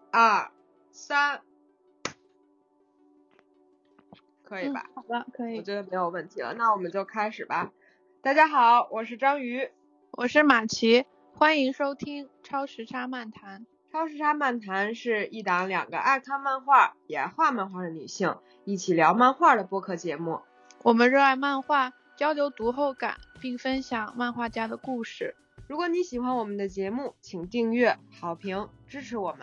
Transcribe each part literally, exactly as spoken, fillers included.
二三，可以吧、 嗯、好的，可以。 我觉得没有问题了，那我们就开始吧。大家好，我是章鱼， 我是马奇，欢迎收听超时差漫谈。 超时差漫谈是一档两个爱看漫画也爱画漫画的女性一起聊漫画的播客节目。 我们热爱漫画，交流读后感，并分享漫画家的故事。 如果你喜欢我们的节目，请订阅、好评支持我们。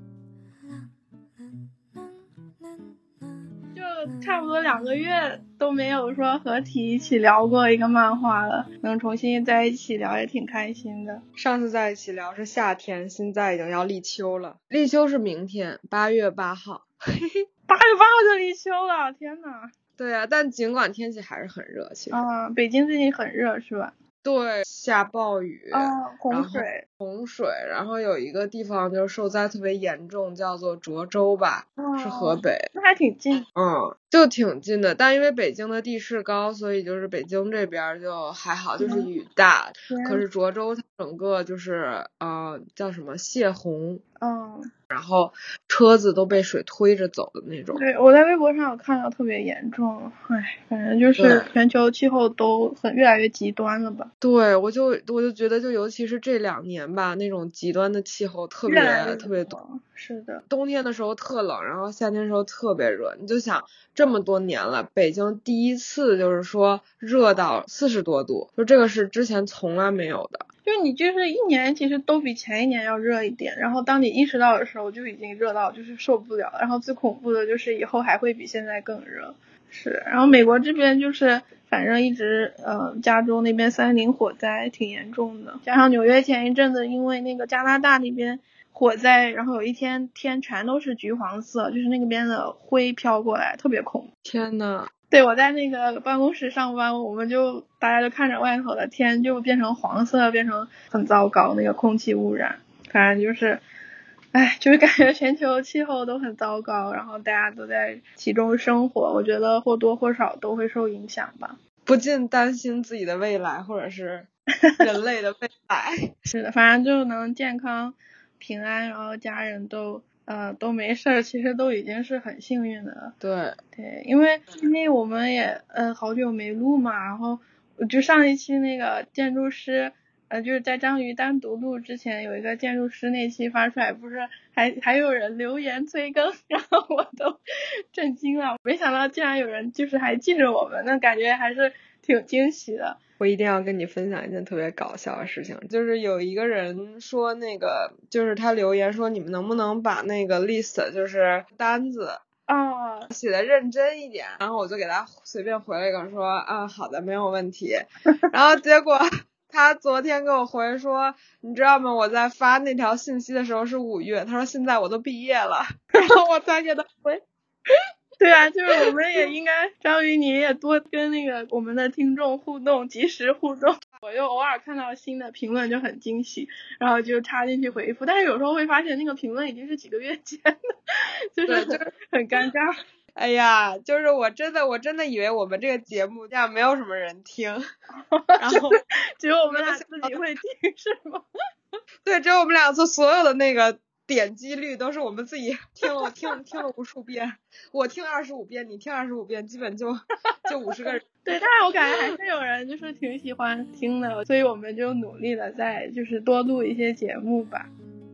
就差不多两个月都没有说合体一起聊过一个漫画了，能重新在一起聊也挺开心的。 上次在一起聊是夏天，现在已经要立秋了。立秋是明天，八月八号。 八月八号就立秋了，天哪！ 对啊，但尽管天气还是很热，其实。 啊、嗯，北京最近很热是吧？ 对，下暴雨， 啊，洪水， 洪水，然后有一个地方就是受灾特别严重，叫做涿州吧，哦、是河北， 那还挺近， 嗯，就挺近的，但因为北京的地势高，所以就是北京这边就还好，就是雨大，嗯、可是涿州它整个就是呃叫什么泄洪， 嗯。 然后车子都被水推着走的那种。 对，我在微博上有看到特别严重，唉，反正就是全球气候都很越来越极端了吧。 对，我就我就觉得就尤其是这两年吧，那种极端的气候特别特别多。 是的， 冬天的时候特冷，然后夏天的时候特别热。你就想这么多年了，北京第一次就是说热到四十多度，就这个是之前从来没有的。 就是你就是一年其实都比前一年要热一点，然后当你意识到的时候就已经热到就是受不了，然后最恐怖的就是以后还会比现在更热。是，然后美国这边就是反正一直呃加州那边森林火灾挺严重的，加上纽约前一阵子因为那个加拿大那边火灾，然后有一天天全都是橘黄色，就是那个边的灰飘过来，特别恐怖。 天呐。 对，我在那个办公室上班，我们就大家就看着外头的天就变成黄色，变成很糟糕那个空气污染，反正就是哎，就是感觉全球气候都很糟糕，然后大家都在其中生活，我觉得或多或少都会受影响吧。 不禁担心自己的未来，或者是人类的未来。 是的，反正就能健康平安，然后家人都呃都没事儿，其实都已经是很幸运的了。 对对，因为因为我们也呃好久没录嘛，然后就上一期那个建筑师呃就是在章鱼单独录之前有一个建筑师那期发出来，不是还还有人留言催更，然后我都震惊了，没想到竟然有人就是还记着我们，那感觉还是挺惊喜的。 我一定要跟你分享一件特别搞笑的事情，就是有一个人说那个就是他留言说你们能不能把那个 list 就是单子啊写的认真一点，然后我就给他随便回了一个说啊好的没有问题，然后结果他昨天给我回说你知道吗，我在发那条信息的时候是五月，他说现在我都毕业了，然后我才给他回。 对啊，就是我们也应该，章鱼你也多跟那个我们的听众互动，及时互动。我就偶尔看到新的评论就很惊喜，然后就插进去回复，但是有时候会发现那个评论已经是几个月前的，就是就是很尴尬。 哎呀，就是我真的我真的以为我们这个节目这样没有什么人听，然后只有我们俩自己会听是吗？ 对，只有我们俩做所有的那个点击率都是我们自己听了，我听听了无数遍，我听二十五遍，你听二十五遍，基本就就五十个人。 对，但是我感觉还是有人就是挺喜欢听的，所以我们就努力的在就是多录一些节目吧。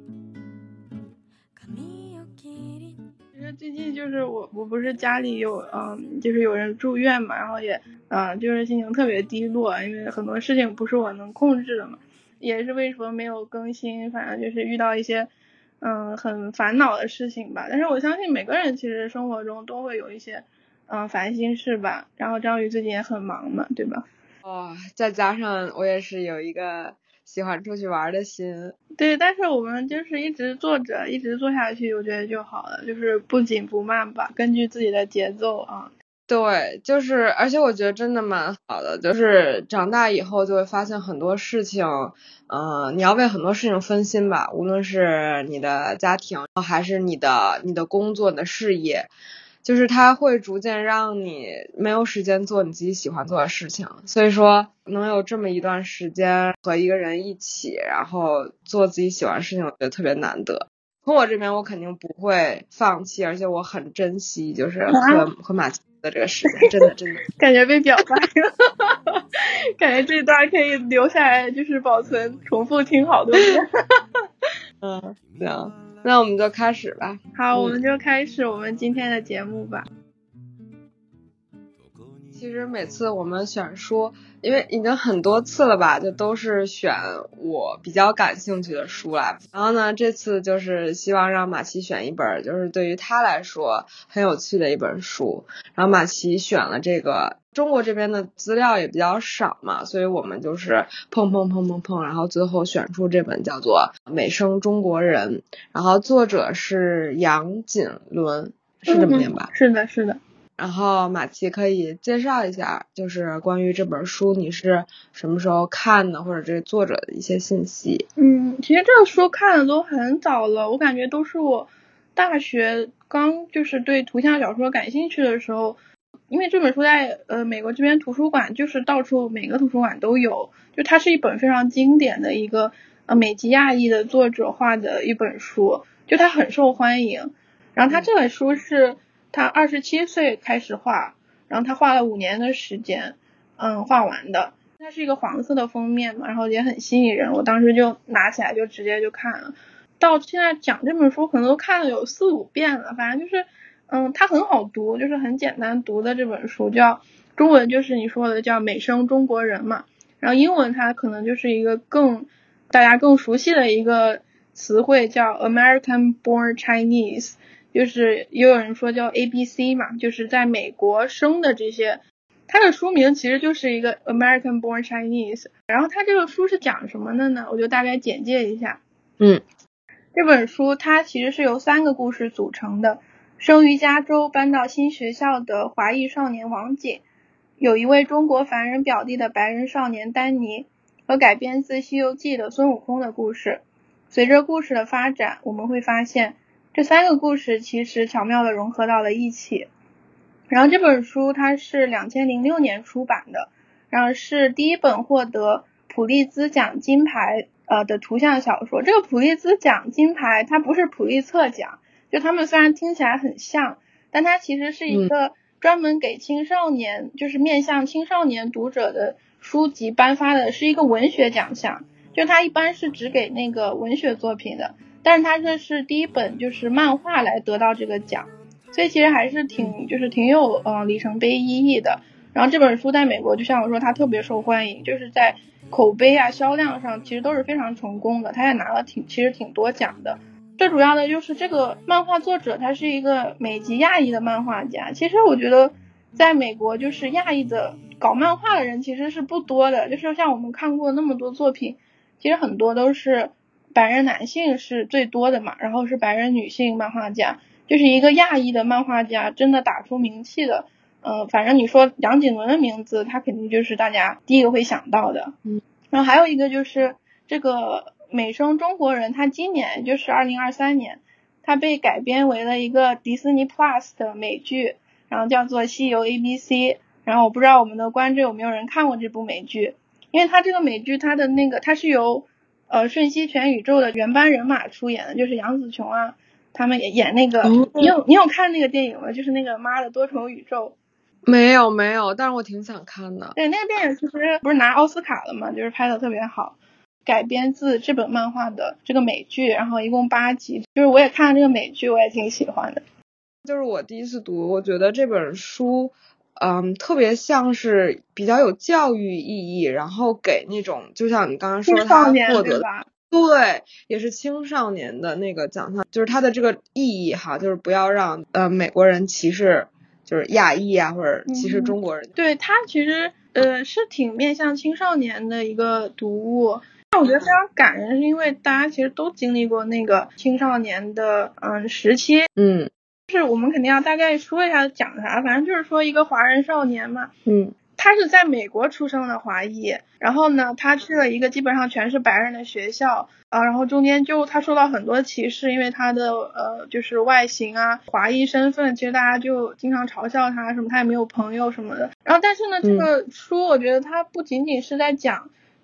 其实最近就是我我不是家里有嗯就是有人住院嘛，然后也嗯就是心情特别低落，因为很多事情不是我能控制的嘛，也是为什么没有更新，反正就是遇到一些嗯很烦恼的事情吧。但是我相信每个人其实生活中都会有一些嗯烦心事吧，然后章鱼最近也很忙嘛，对吧？ 哦，再加上我也是有一个喜欢出去玩的心。 对，但是我们就是一直做着一直做下去我觉得就好了，就是不紧不慢吧，根据自己的节奏啊。 对，就是而且我觉得真的蛮好的，就是长大以后就会发现很多事情呃，你要为很多事情分心吧，无论是你的家庭还是你的你的工作你的事业，就是它会逐渐让你没有时间做你自己喜欢做的事情，所以说能有这么一段时间和一个人一起然后做自己喜欢的事情我觉得特别难得。 从我这边我肯定不会放弃，而且我很珍惜就是和、啊、和马奇的这个时间，真的真的感觉被表白了感觉这段可以留下来就是保存重复听好多遍嗯，行，那我们就开始吧。 好、嗯、我们就开始我们今天的节目吧。 其实每次我们选书，因为已经很多次了吧，就都是选我比较感兴趣的书来。然后呢，这次就是希望让马奇选一本就是对于他来说很有趣的一本书。然后马奇选了这个，中国这边的资料也比较少嘛，所以我们就是碰碰碰碰碰，然后最后选出这本叫做《美声中国人》，然后作者是杨锦纶，是这么念吧？ 嗯、是的，是的。 然后马奇可以介绍一下，就是关于这本书你是什么时候看的，或者这个作者的一些信息。 嗯，其实这个书看的都很早了，我感觉都是我大学刚就是对图像小说感兴趣的时候，因为这本书在呃美国这边图书馆就是到处每个图书馆都有，就它是一本非常经典的一个呃美籍亚裔的作者画的一本书，就它很受欢迎。然后它这本书是他二十七岁开始画，然后他画了五年的时间，嗯，画完的。它是一个黄色的封面嘛，然后也很吸引人，我当时就拿起来就直接就看了。到现在讲这本书可能都看了有四五遍了，反正就是，嗯，它很好读，就是很简单读的这本书，叫中文就是你说的叫《美声中国人》嘛，然后英文它可能就是一个更大家更熟悉的一个词汇叫 American Born Chinese。就是也有人说叫 A B C 嘛，就是在美国生的这些，它的书名其实就是一个 American Born Chinese。然后它这个书是讲什么的呢？我就大概简介一下。 嗯， 这本书它其实是由三个故事组成的。生于加州搬到新学校的华裔少年王景，有一位中国凡人表弟的白人少年丹尼，和改编自《西游记》的孙悟空的故事。随着故事的发展，我们会发现这三个故事其实巧妙地融合到了一起。然后这本书它是两千零六年出版的，然后是第一本获得普利兹奖金牌呃的图像小说。这个普利兹奖金牌它不是普利策奖，就他们虽然听起来很像，但它其实是一个专门给青少年、嗯、就是面向青少年读者的书籍颁发的，是一个文学奖项，就它一般是只给那个文学作品的，但是它这是第一本就是漫画来得到这个奖，所以其实还是挺就是挺有呃里程碑意义的。然后这本书在美国就像我说它特别受欢迎，就是在口碑啊销量上其实都是非常成功的，它也拿了挺其实挺多奖的。最主要的就是这个漫画作者他是一个美籍亚裔的漫画家，其实我觉得在美国就是亚裔的搞漫画的人其实是不多的，就是像我们看过那么多作品，其实很多都是白人男性是最多的嘛，然后是白人女性漫画家，就是一个亚裔的漫画家真的打出名气的，呃，反正你说杨锦纶的名字他肯定就是大家第一个会想到的。 嗯， 然后还有一个就是这个美声中国人，他今年就是二零二三年他被改编为了一个迪士尼 Plus 的美剧，然后叫做西游 A B C。 然后我不知道我们的观众有没有人看过这部美剧，因为他这个美剧他的那个他是由呃瞬息全宇宙的原班人马出演的，就是杨紫琼啊他们也演那个、嗯、你有你有看那个电影吗？就是那个妈的多重宇宙。 没有没有，但是我挺想看的。 对，那个电影其实不是拿奥斯卡了嘛，就是拍的特别好，改编自这本漫画的这个美剧，然后一共八集，就是我也看了这个美剧，我也挺喜欢的。 就是我第一次读，我觉得这本书嗯，特别像是比较有教育意义，然后给那种就像你刚刚说他获得的，对，也是青少年的那个奖项，就是他的这个意义哈，就是不要让呃美国人歧视就是亚裔啊，或者歧视中国人。 嗯、对，他其实呃是挺面向青少年的一个读物。我觉得非常感人，是因为大家其实都经历过那个青少年的嗯时期。 嗯， 就是我们肯定要大概说一下讲啥，反正就是说一个华人少年嘛， 嗯， 他是在美国出生的华裔，然后呢他去了一个基本上全是白人的学校啊，然后中间就他受到很多歧视，因为他的呃就是外形啊华裔身份，其实大家就经常嘲笑他什么他也没有朋友什么的。然后但是呢这个书我觉得他不仅仅是在讲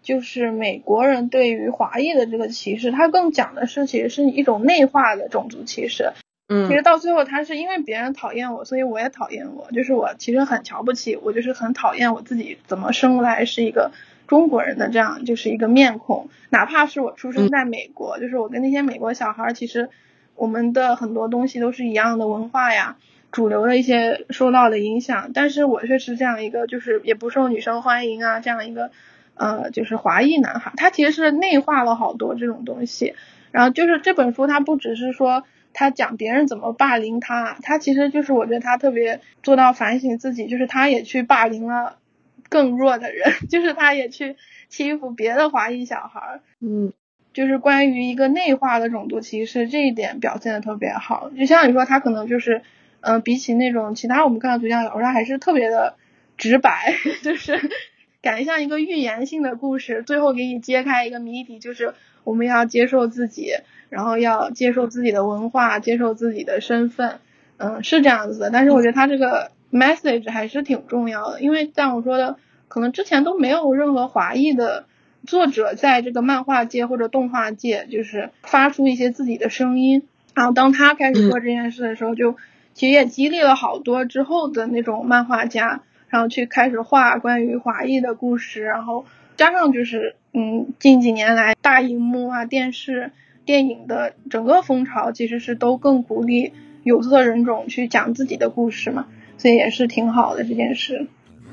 就是美国人对于华裔的这个歧视，他更讲的是其实是一种内化的种族歧视。 嗯， 其实到最后他是因为别人讨厌我，所以我也讨厌我，就是我其实很瞧不起，我就是很讨厌我自己怎么生来是一个中国人的这样就是一个面孔，哪怕是我出生在美国、嗯、就是我跟那些美国小孩其实我们的很多东西都是一样的文化呀，主流的一些受到的影响，但是我却是这样一个就是也不受女生欢迎啊这样一个呃就是华裔男孩，他其实是内化了好多这种东西。然后就是这本书他不只是说他讲别人怎么霸凌他，他其实就是我觉得他特别做到反省自己，就是他也去霸凌了更弱的人，就是他也去欺负别的华裔小孩。 嗯， 就是关于一个内化的种族歧视这一点表现的特别好。就像你说他可能就是嗯、呃，比起那种其他我们看到图像小说他还是特别的直白，就是感觉像一个寓言性的故事，最后给你揭开一个谜底，就是我们要接受自己，然后要接受自己的文化，接受自己的身份，嗯，是这样子的。但是我觉得他这个 message 还是挺重要的，因为像我说的可能之前都没有任何华裔的作者在这个漫画界或者动画界就是发出一些自己的声音，然后当他开始做这件事的时候，就其实也激励了好多之后的那种漫画家，然后去开始画关于华裔的故事，然后加上就是嗯近几年来大荧幕啊电视电影的整个风潮其实是都更鼓励有色人种去讲自己的故事嘛，所以也是挺好的这件事。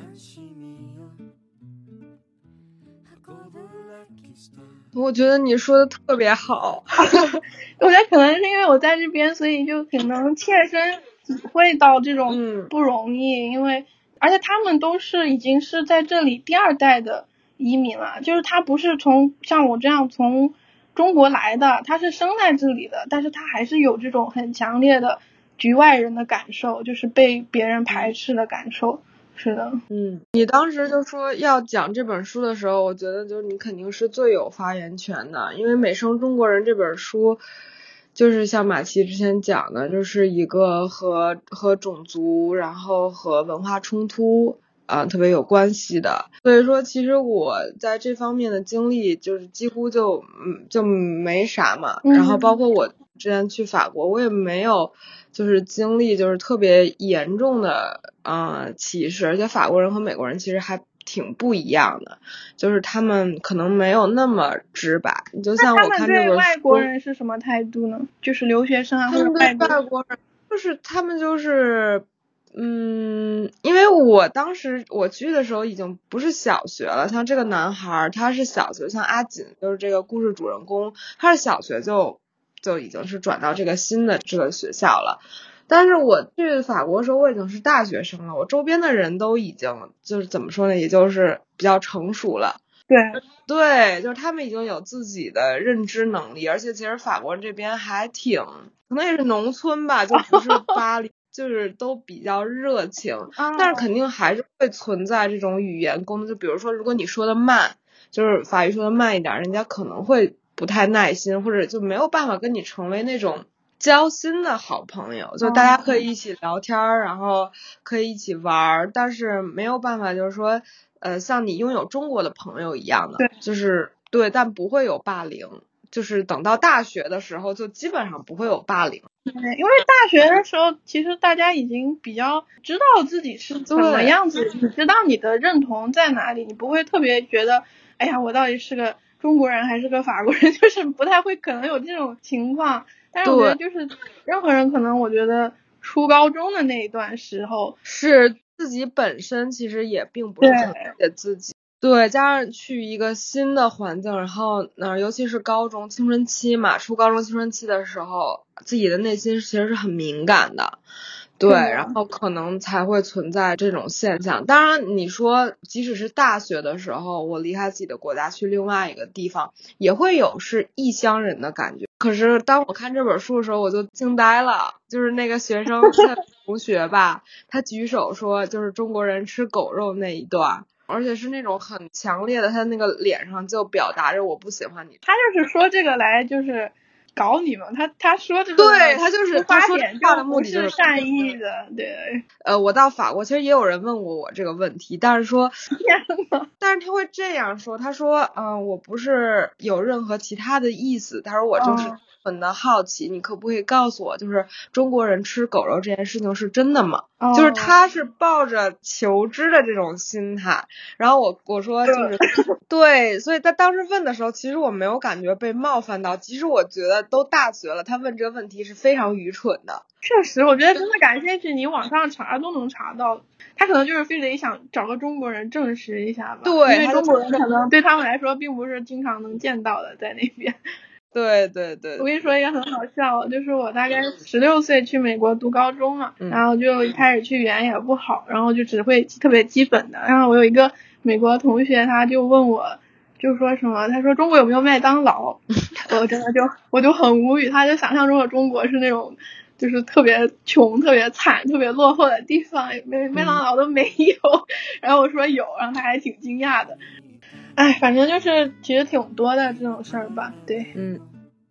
我觉得你说的特别好。 我觉得可能是因为我在这边，所以就挺能切身体会到这种不容易、嗯、因为而且他们都是已经是在这里第二代的移民了，就是他不是从像我这样从中国来的，他是生在这里的，但是他还是有这种很强烈的局外人的感受，就是被别人排斥的感受。是的， 嗯，你当时就说要讲这本书的时候，我觉得就是你肯定是最有发言权的，因为《美声中国人》这本书就是像马奇之前讲的，就是一个和和种族然后和文化冲突啊、呃、特别有关系的，所以说其实我在这方面的经历就是几乎就嗯就没啥嘛、嗯、然后包括我之前去法国我也没有就是经历就是特别严重的呃歧视，而且法国人和美国人其实还挺不一样的，就是他们可能没有那么直白。就像我看这本书， 他们对外国人是什么态度呢？就是留学生啊， 他们对外国人就是他们就是嗯，因为我当时我去的时候已经不是小学了，像这个男孩他是小学，像阿锦就是这个故事主人公，他是小学就就已经是转到这个新的这个学校了。但是我去法国的时候我已经是大学生了，我周边的人都已经就是怎么说呢，也就是比较成熟了。 对对，就是他们已经有自己的认知能力，而且其实法国这边还挺可能也是农村吧，就不是巴黎就是都比较热情、oh. 但是肯定还是会存在这种语言功能，就比如说如果你说的慢，就是法语说的慢一点，人家可能会不太耐心，或者就没有办法跟你成为那种交心的好朋友，就大家可以一起聊天、oh. 然后可以一起玩，但是没有办法就是说呃像你拥有中国的朋友一样的， 对就是对，但不会有霸凌，就是等到大学的时候就基本上不会有霸凌。 对，因为大学的时候其实大家已经比较知道自己是什么样子，你知道你的认同在哪里，你不会特别觉得哎呀我到底是个中国人还是个法国人，就是不太会可能有这种情况。但是我觉得就是任何人可能我觉得初高中的那一段时候是自己本身其实也并不是很了解自己，对，加上去一个新的环境，然后呃尤其是高中青春期嘛，初高中青春期的时候自己的内心其实是很敏感的，对，然后可能才会存在这种现象。当然你说即使是大学的时候我离开自己的国家去另外一个地方也会有是异乡人的感觉，可是当我看这本书的时候我就惊呆了，就是那个学生他同学吧，他举手说就是中国人吃狗肉那一段，而且是那种很强烈的，他那个脸上就表达着我不喜欢你， 他就是说这个来就是搞你嘛，他他说这个对他就是出发点就不是善意的，对。 呃，我到法国其实也有人问过我这个问题，但是说，但是他会这样说，他说，嗯、呃，我不是有任何其他的意思，他说我就是很的好奇，哦、你可不可以告诉我，就是中国人吃狗肉这件事情是真的吗？哦、就是他是抱着求知的这种心态，然后我我说就是对，所以他当时问的时候，其实我没有感觉被冒犯到，其实我觉得都大学了，他问这个问题是非常愚蠢的。 确实，我觉得真的感兴趣，你网上查都能查到。他可能就是非得想找个中国人证实一下吧。 对， 因为中国人可能对他们来说并不是经常能见到的，在那边。 对对对， 我跟你说一个很好笑，就是我大概十六岁去美国读高中嘛， 嗯、 然后就一开始去语言也不好，然后就只会特别基本的。然后我有一个美国同学，他就问我，就说什么，他说中国有没有麦当劳？我真的就我就很无语，他就想象中的中国是那种就是特别穷、特别惨、特别落后的地方，麦麦当劳都没有。嗯、然后我说有，然后他还挺惊讶的。哎，反正就是其实挺多的这种事儿吧，对。 嗯。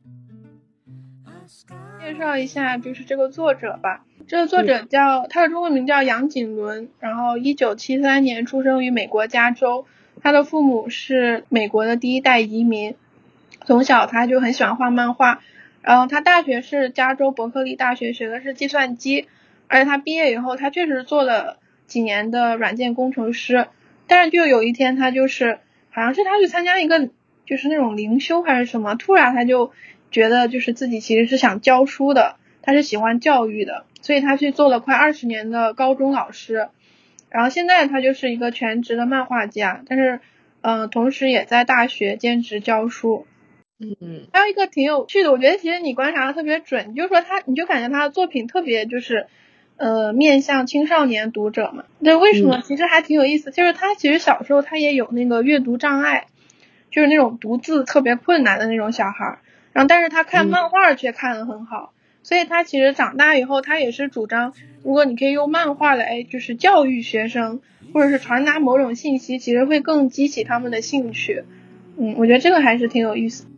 介绍一下就是这个作者吧，这个作者叫、嗯、他的中文名叫杨锦纶，然后一九七三年出生于美国加州，他的父母是美国的第一代移民，从小他就很喜欢画漫画，然后他大学是加州伯克利大学学的是计算机，而且他毕业以后他确实做了几年的软件工程师，但是就有一天他就是好像是他去参加一个就是那种灵修还是什么，突然他就觉得就是自己其实是想教书的，他是喜欢教育的，所以他去做了快二十年的高中老师，然后现在他就是一个全职的漫画家，但是嗯、呃，同时也在大学兼职教书。 嗯， 还有一个挺有趣的，我觉得其实你观察的特别准，就是说他你就感觉他的作品特别就是呃面向青少年读者嘛。对，为什么？ 嗯、 其实还挺有意思，就是他其实小时候他也有那个阅读障碍，就是那种读字特别困难的那种小孩，然后但是他看漫画却看得很好、嗯、所以他其实长大以后他也是主张，如果你可以用漫画来就是教育学生或者是传达某种信息，其实会更激起他们的兴趣。嗯，我觉得这个还是挺有意思。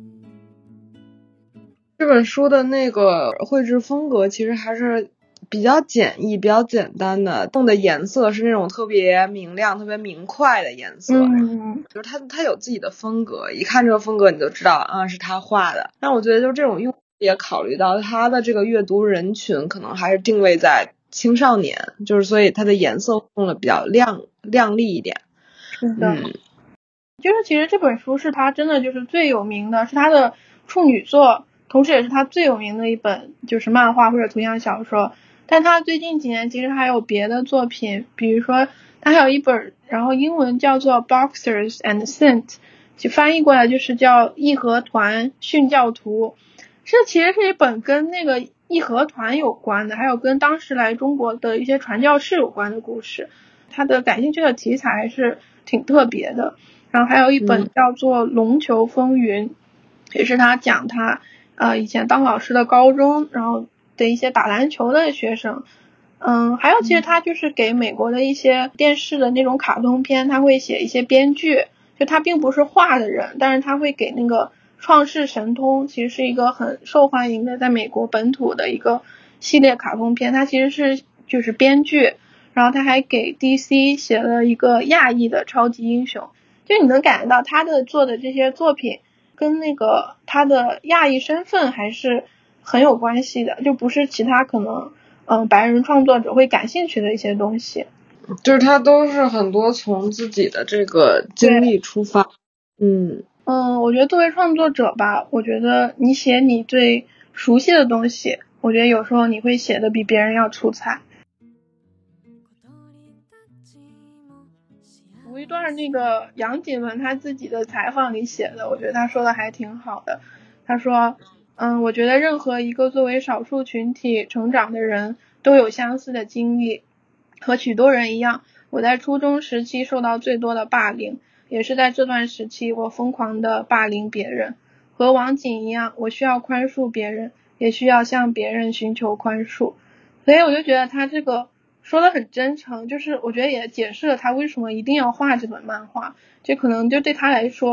这本书的那个绘制风格其实还是比较简易比较简单的，用的颜色是那种特别明亮特别明快的颜色， 嗯， 就是他他有自己的风格，一看这个风格你就知道啊是他画的。但我觉得就这种用也考虑到他的这个阅读人群可能还是定位在青少年，就是所以它的颜色用的比较亮亮丽一点。 是的、嗯、就是其实这本书是他真的就是最有名的，是他的处女作，同时也是他最有名的一本就是漫画或者图像小说。但他最近几年其实还有别的作品，比如说他还有一本，然后英文叫做 Boxers and Saints， 就翻译过来就是叫义和团殉教徒。这其实是一本跟那个义和团有关的，还有跟当时来中国的一些传教士有关的故事，他的感兴趣的题材还是挺特别的。然后还有一本叫做龙球风云、嗯、也是他讲他呃以前当老师的高中然后的一些打篮球的学生。嗯，还有其实他就是给美国的一些电视的那种卡通片，他会写一些编剧，就他并不是画的人，但是他会给那个创世神通，其实是一个很受欢迎的在美国本土的一个系列卡通片，他其实是就是编剧，然后他还给 D C 写了一个亚裔的超级英雄，就你能感觉到他的做的这些作品跟那个他的亚裔身份还是很有关系的，就不是其他可能嗯白人创作者会感兴趣的一些东西， 就是他都是很多从自己的这个经历出发。嗯嗯，我觉得作为创作者吧，我觉得你写你最熟悉的东西，我觉得有时候你会写的比别人要出彩。读一段那个杨锦纶他自己的采访里写的，我觉得他说的还挺好的。他说嗯，我觉得任何一个作为少数群体成长的人都有相似的经历，和许多人一样，我在初中时期受到最多的霸凌，也是在这段时期我疯狂的霸凌别人。和王锦一样，我需要宽恕别人，也需要向别人寻求宽恕。所以我就觉得他这个说的很真诚，就是我觉得也解释了他为什么一定要画这本漫画，这可能就对他来说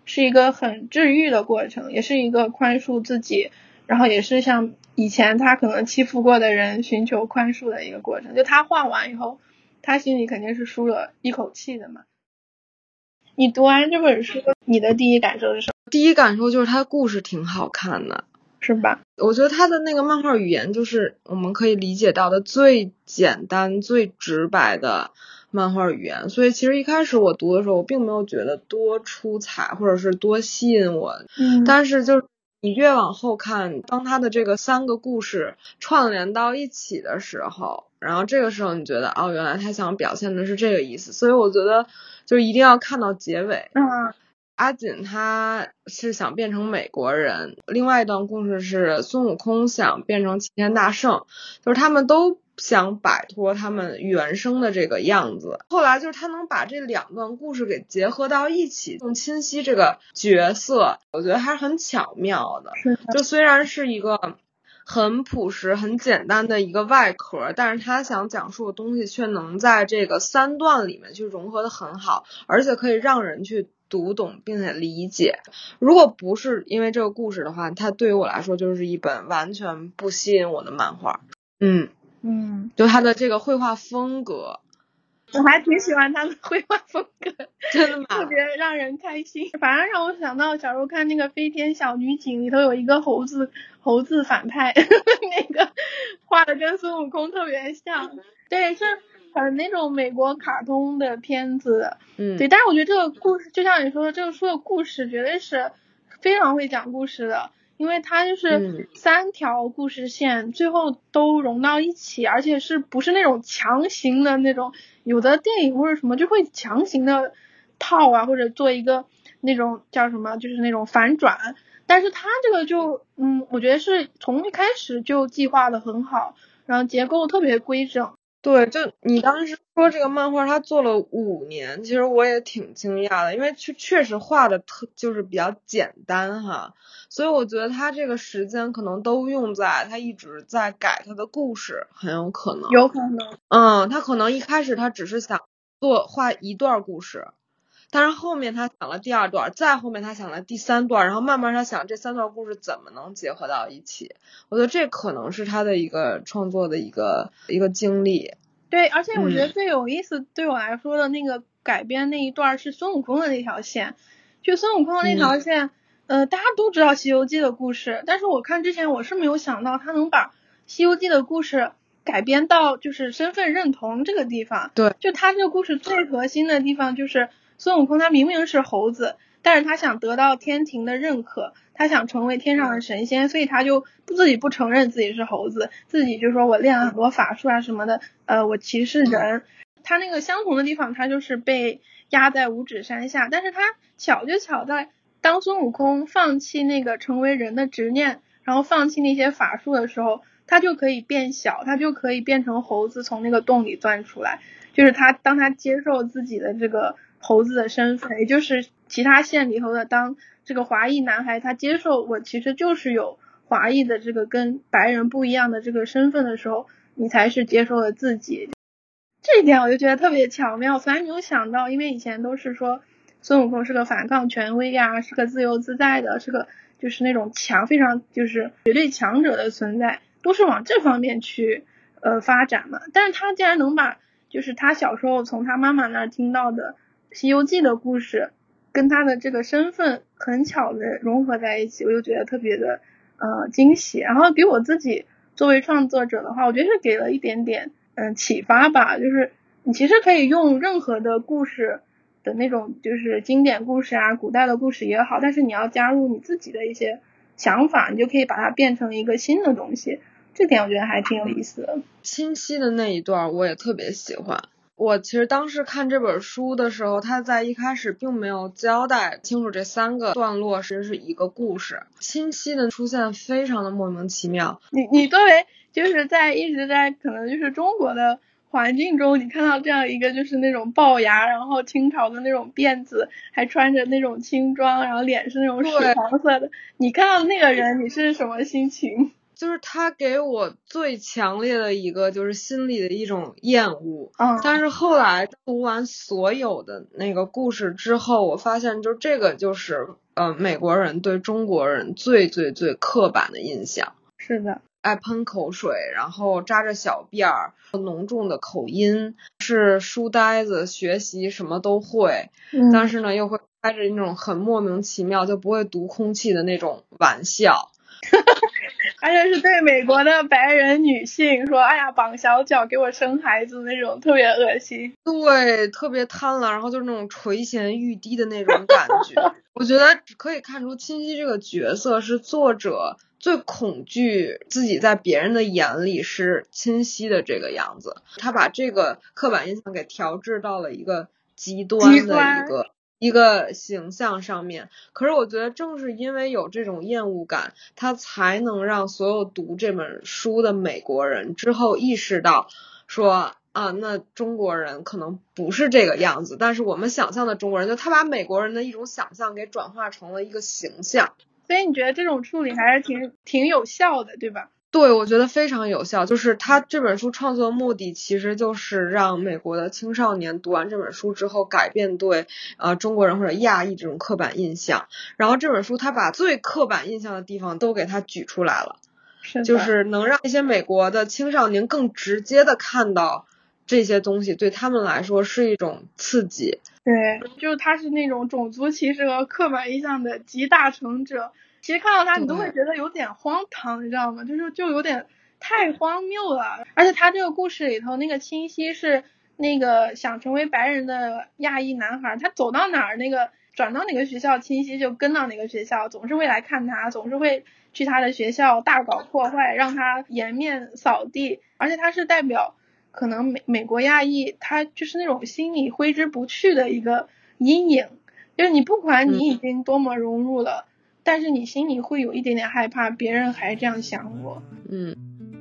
是一个很治愈的过程，也是一个宽恕自己，然后也是像以前他可能欺负过的人寻求宽恕的一个过程。就他画完以后，他心里肯定是舒了一口气的嘛。你读完这本书，你的第一感受是什么？ 第一感受就是他故事挺好看的， 是吧？ 我觉得他的那个漫画语言就是我们可以理解到的最简单最直白的漫画语言，所以其实一开始我读的时候我并没有觉得多出彩或者是多吸引我， 嗯， 但是就是你越往后看，当他的这个三个故事串联到一起的时候，然后这个时候你觉得哦，原来他想表现的是这个意思，所以我觉得就是一定要看到结尾。 嗯， 阿锦他是想变成美国人，另外一段故事是孙悟空想变成齐天大圣，就是他们都想摆脱他们原生的这个样子。后来就是他能把这两段故事给结合到一起，更清晰这个角色，我觉得还是很巧妙的。 是的， 就虽然是一个很朴实很简单的一个外壳，但是他想讲述的东西却能在这个三段里面去融合的很好，而且可以让人去读懂并且理解。如果不是因为这个故事的话，它对于我来说就是一本完全不吸引我的漫画。嗯嗯， 就它的这个绘画风格， 我还挺喜欢他的绘画风格， 真的吗？ 特别让人开心。反而让我想到小时候看那个《飞天小女警》里头有一个猴子猴子反派，那个画的跟孙悟空特别像。对，是很那种美国卡通的片子。 嗯， 对，但是我觉得这个故事就像你说的，这个书的故事绝对是非常会讲故事的，因为它就是三条故事线最后都融到一起，而且是不是那种强行的那种，有的电影或者什么就会强行的套啊，或者做一个那种叫什么就是那种反转，但是它这个就嗯我觉得是从一开始就计划的很好，然后结构特别规整。 对，就你当时说这个漫画他做了五年，其实我也挺惊讶的，因为确确实画的特就是比较简单哈，所以我觉得他这个时间可能都用在他一直在改他的故事，很有可能。 有可能。 嗯，他可能一开始他只是想做画一段故事，但是后面他想了第二段，再后面他想了第三段，然后慢慢他想这三段故事怎么能结合到一起。我觉得这可能是他的一个创作的一个一个经历。 对，而且我觉得最有意思、嗯、对我来说的那个改编那一段是孙悟空的那条线。就孙悟空的那条线、嗯、呃，大家都知道西游记的故事，但是我看之前我是没有想到他能把西游记的故事改编到就是身份认同这个地方。 对， 就他这个故事最核心的地方就是孙悟空他明明是猴子，但是他想得到天庭的认可，他想成为天上的神仙，所以他就不自己不承认自己是猴子，自己就说我练了很多法术啊什么的，呃，我其实是人。他那个相同的地方，他就是被压在五指山下，但是他巧就巧在当孙悟空放弃那个成为人的执念，然后放弃那些法术的时候，他就可以变小，他就可以变成猴子从那个洞里钻出来。就是他当他接受自己的这个猴子的身份，也就是其他县里头的当这个华裔男孩，他接受我其实就是有华裔的这个跟白人不一样的这个身份的时候，你才是接受了自己。这一点我就觉得特别巧妙，从来没有想到，因为以前都是说孙悟空是个反抗权威啊，是个自由自在的，是个就是那种强非常就是绝对强者的存在，都是往这方面去呃发展嘛。但是他竟然能把就是他小时候从他妈妈那儿听到的西游记的故事跟他的这个身份很巧的融合在一起，我就觉得特别的呃惊喜。然后给我自己作为创作者的话，我觉得是给了一点点嗯、呃、启发吧，就是你其实可以用任何的故事的那种就是经典故事啊，古代的故事也好，但是你要加入你自己的一些想法，你就可以把它变成一个新的东西。这点我觉得还挺有意思的。 清晰的那一段我也特别喜欢。我其实当时看这本书的时候，他在一开始并没有交代清楚这三个段落其实是一个故事，清晰的出现非常的莫名其妙。 你你作为就是在一直在可能就是中国的环境中，你看到这样一个就是那种龅牙，然后清朝的那种辫子，还穿着那种青装，然后脸是那种屎黄色的，你看到那个人你是什么心情？ 就是他给我最强烈的一个就是心里的一种厌恶。 嗯， 但是后来读完所有的那个故事之后，我发现就这个就是呃美国人对中国人最最最刻板的印象。 是的， 爱喷口水，然后扎着小辫儿，浓重的口音，是书呆子，学习什么都会， 嗯， 但是呢又会开着那种很莫名其妙就不会读空气的那种玩笑。 而且是对美国的白人女性说，哎呀，绑小脚给我生孩子那种，特别恶心。 对，特别贪婪，然后就是那种垂涎欲滴的那种感觉。我觉得可以看出清晰这个角色是作者最恐惧自己在别人的眼里是清晰的这个样子，他把这个刻板印象给调制到了一个极端的一个一个形象上面。可是我觉得正是因为有这种厌恶感，他才能让所有读这本书的美国人之后意识到说啊，那中国人可能不是这个样子，但是我们想象的中国人，就他把美国人的一种想象给转化成了一个形象。 所以你觉得这种处理还是挺挺有效的，对吧？ 对，我觉得非常有效。就是他这本书创作的目的其实就是让美国的青少年读完这本书之后改变对呃中国人或者亚裔这种刻板印象，然后这本书他把最刻板印象的地方都给他举出来了， 是的， 就是能让一些美国的青少年更直接的看到这些东西，对他们来说是一种刺激。 对，就是他是那种种族歧视和刻板印象的集大成者。其实看到他你都会觉得有点荒唐，你知道吗？就是就有点太荒谬了。而且他这个故事里头那个清晰是那个想成为白人的亚裔男孩，他走到哪儿那个转到哪个学校，清晰就跟到哪个学校，总是会来看他，总是会去他的学校大搞破坏，让他颜面扫地。而且他是代表可能美美国亚裔，他就是那种心里挥之不去的一个阴影，就是你不管你已经多么融入了，嗯，但是你心里会有一点点害怕别人还这样想我。 嗯，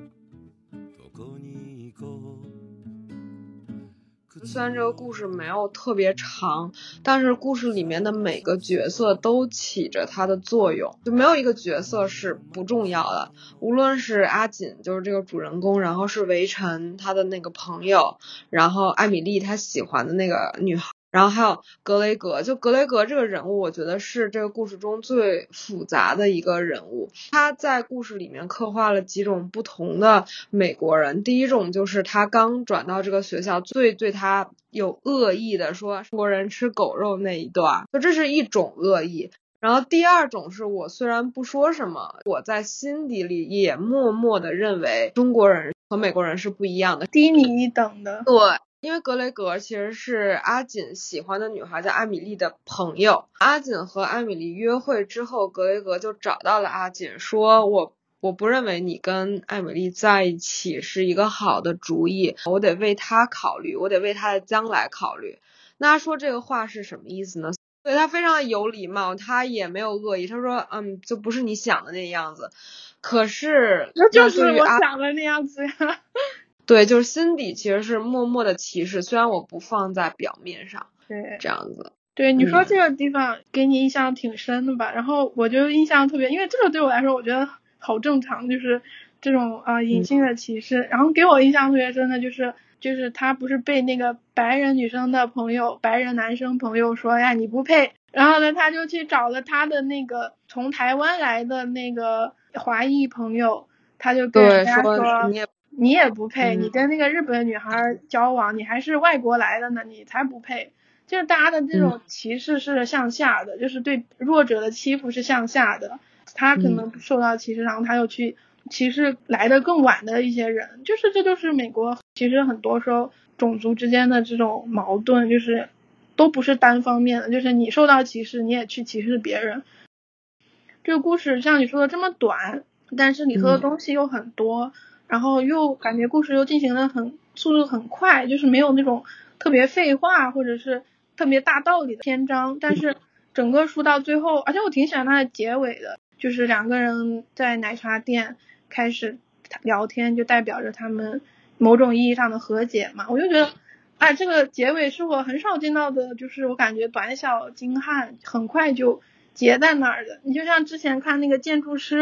虽然这个故事没有特别长，但是故事里面的每个角色都起着它的作用，就没有一个角色是不重要的。无论是阿锦，就是这个主人公，然后是围城他的那个朋友，然后艾米丽他喜欢的那个女孩，然后还有格雷格。就格雷格这个人物，我觉得是这个故事中最复杂的一个人物。他在故事里面刻画了几种不同的美国人。第一种就是他刚转到这个学校，最对他有恶意的说中国人吃狗肉那一段，就这是一种恶意。然后第二种是我虽然不说什么，我在心底里也默默的认为中国人和美国人是不一样的， 低你一等的。 对，因为格雷格其实是阿锦喜欢的女孩叫艾米丽的朋友。阿锦和艾米丽约会之后，格雷格就找到了阿锦，说我我不认为你跟艾米丽在一起是一个好的主意，我得为她考虑，我得为她的将来考虑。那他说这个话是什么意思呢？对，他非常的有礼貌，他也没有恶意，他说嗯，就不是你想的那样子。可是那就是我想的那样子呀。 对，就是心底其实是默默的歧视，虽然我不放在表面上。 对， 这样子。 对，你说这个地方给你印象挺深的吧？嗯，然后我就印象特别，因为这个对我来说我觉得好正常，就是这种啊、呃、隐性的歧视、嗯、然后给我印象特别深的就是就是他不是被那个白人女生的朋友白人男生朋友说呀你不配，然后呢他就去找了他的那个从台湾来的那个华裔朋友，他就跟人家说你也你也不配、 嗯、 你跟那个日本女孩交往，你还是外国来的呢，你才不配。就是大家的这种歧视是向下的、嗯、就是对弱者的欺负是向下的，他可能受到歧视、嗯、然后他又去歧视来的更晚的一些人，就是这就是美国其实很多时候种族之间的这种矛盾，就是都不是单方面的，就是你受到歧视你也去歧视别人。这个故事像你说的这么短，但是里头的东西又很多、嗯、然后又感觉故事又进行的很速度很快，就是没有那种特别废话或者是特别大道理的篇章，但是整个书到最后，而且我挺喜欢它的结尾的，就是两个人在奶茶店开始聊天，就代表着他们某种意义上的和解嘛。我就觉得哎，这个结尾是我很少见到的，就是我感觉短小精悍，很快就结在那儿的。你就像之前看那个建筑师，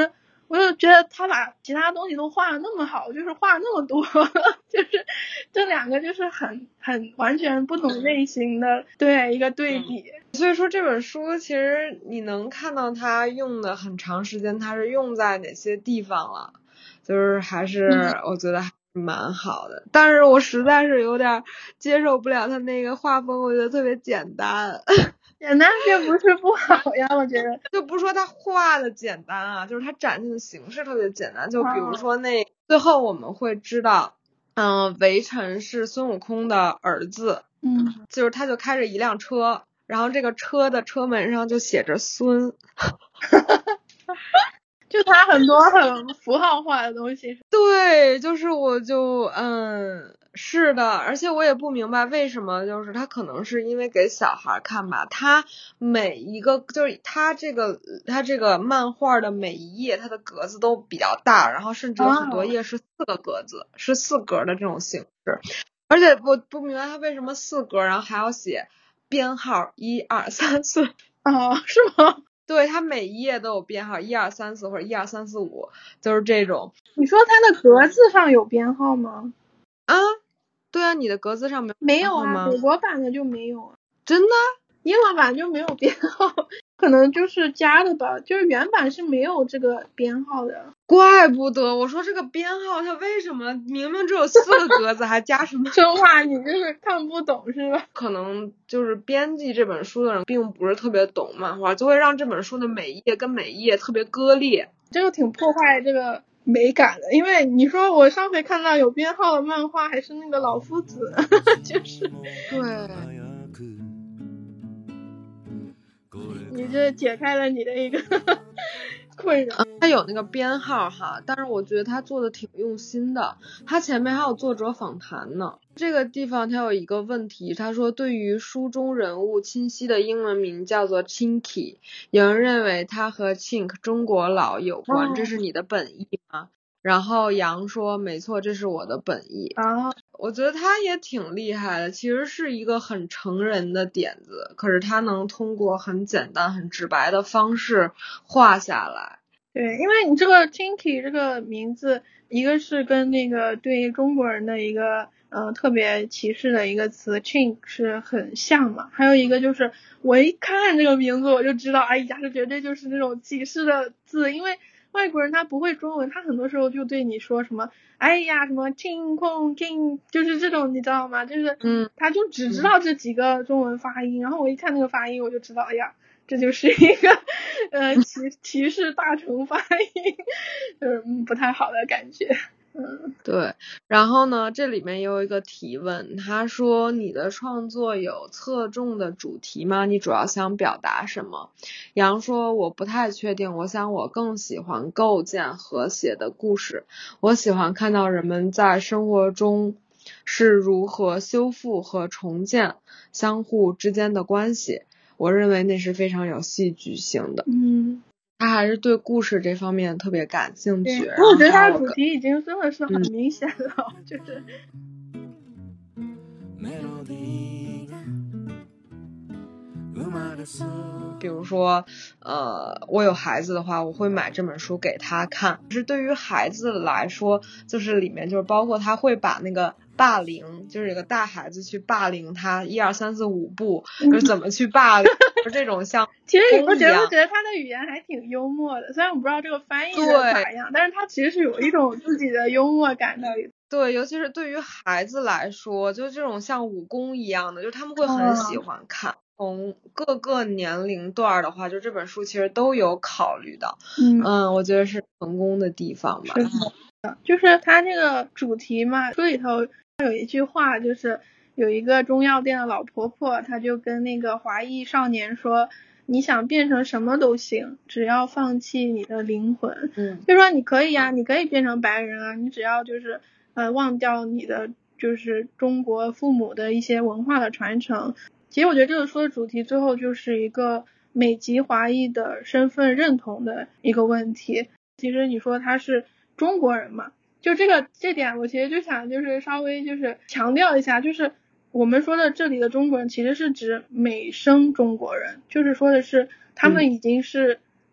我就觉得他把其他东西都画的那么好，就是画那么多，就是这两个就是很很完全不同类型的对一个对比。 所以说这本书其实你能看到它用的很长时间，它是用在哪些地方了，就是还是我觉得还是蛮好的。但是我实在是有点接受不了它那个画风，我觉得特别简单。 简单这不是不好呀，我觉得。 就不是说他画的简单啊，就是他展现的形式特别简单。就比如说那、哦、最后我们会知道，嗯、呃，围城是孙悟空的儿子， 嗯， 就是他就开着一辆车，然后这个车的车门上就写着孙。 就他很多很符号化的东西。 对，就是我就嗯是的，而且我也不明白为什么，就是他可能是因为给小孩看吧，他每一个就是他这个他这个漫画的每一页，它的格子都比较大，然后甚至有很多页是四个格子，哦、是四格的这种形式，而且我不明白他为什么四格，然后还要写编号一二三四。 哦，是吗？ 对，它每一页都有编号，一二三四或者一二三四五，就是这种。 你说它的格子上有编号吗？ 啊，对啊，你的格子上没有没有啊，美国版的就没有啊。 真的？ 英文版就没有编号，可能就是加的吧，就是原版是没有这个编号的。 怪不得我说这个编号它为什么明明只有四个格子还加什么？ 生话你就是看不懂是吧？ 可能就是编辑这本书的人并不是特别懂漫画，就会让这本书的每一页跟每一页特别割裂， 这个挺破坏这个美感的。因为你说我上回看到有编号的漫画还是那个老夫子，就是对。 你这解开了你的一个困扰。 他有那个编号哈，但是我觉得他做的挺用心的，他前面还有作者访谈呢。这个地方他有一个问题，他说对于书中人物清晰的英文名叫做 Chinky， 有人认为他和 Chink 中国佬有关，这是你的本意吗？然后杨说没错，这是我的本意啊。 我觉得他也挺厉害的，其实是一个很成人的点子，可是他能通过很简单很直白的方式画下来。 对，因为你这个 Chinky 这个名字，一个是跟那个对中国人的一个呃特别歧视的一个词 Chink 是很像嘛，还有一个就是我一看这个名字我就知道，哎呀，这绝对就是那种歧视的字，因为外国人他不会中文，他很多时候就对你说什么哎呀什么 Ching Kong Ching， 就是这种你知道吗？就是嗯，他就只知道这几个中文发音，嗯、然后我一看那个发音我就知道，哎呀。这就是一个呃歧歧视大乘发音，就是不太好的感觉。嗯， 对。然后呢，这里面也有一个提问，他说你的创作有侧重的主题吗？你主要想表达什么？杨说我不太确定，我想我更喜欢构建和谐的故事，我喜欢看到人们在生活中是如何修复和重建相互之间的关系，我认为那是非常有戏剧性的。 嗯， 他还是对故事这方面特别感兴趣。 我觉得他的主题已经真的是很明显了，嗯、就是比如说呃，我有孩子的话，我会买这本书给他看。是对于孩子来说，就是里面就是包括他会把那个霸凌，就是有个大孩子去霸凌他一二三四五步，就是怎么去霸凌，就这种像其实你不觉得我觉得他的语言还挺幽默的，虽然我不知道这个翻译是咋样，但是他其实是有一种自己的幽默感在里。 对，尤其是对于孩子来说，就这种像武功一样的，就他们会很喜欢看。哦，从各个年龄段的话，就这本书其实都有考虑到。嗯, 嗯我觉得是成功的地方吧。 是的，就是他这个主题嘛，书里头有一句话，就是有一个中药店的老婆婆，她就跟那个华裔少年说，你想变成什么都行，只要放弃你的灵魂。 嗯， 就说你可以啊，你可以变成白人啊，你只要就是呃忘掉你的就是中国父母的一些文化的传承。其实我觉得这个书的主题最后就是一个美籍华裔的身份认同的一个问题。其实你说他是中国人嘛，就这个这点我其实就想就是稍微就是强调一下，就是我们说的这里的中国人其实是指美生中国人，就是说的是他们已经是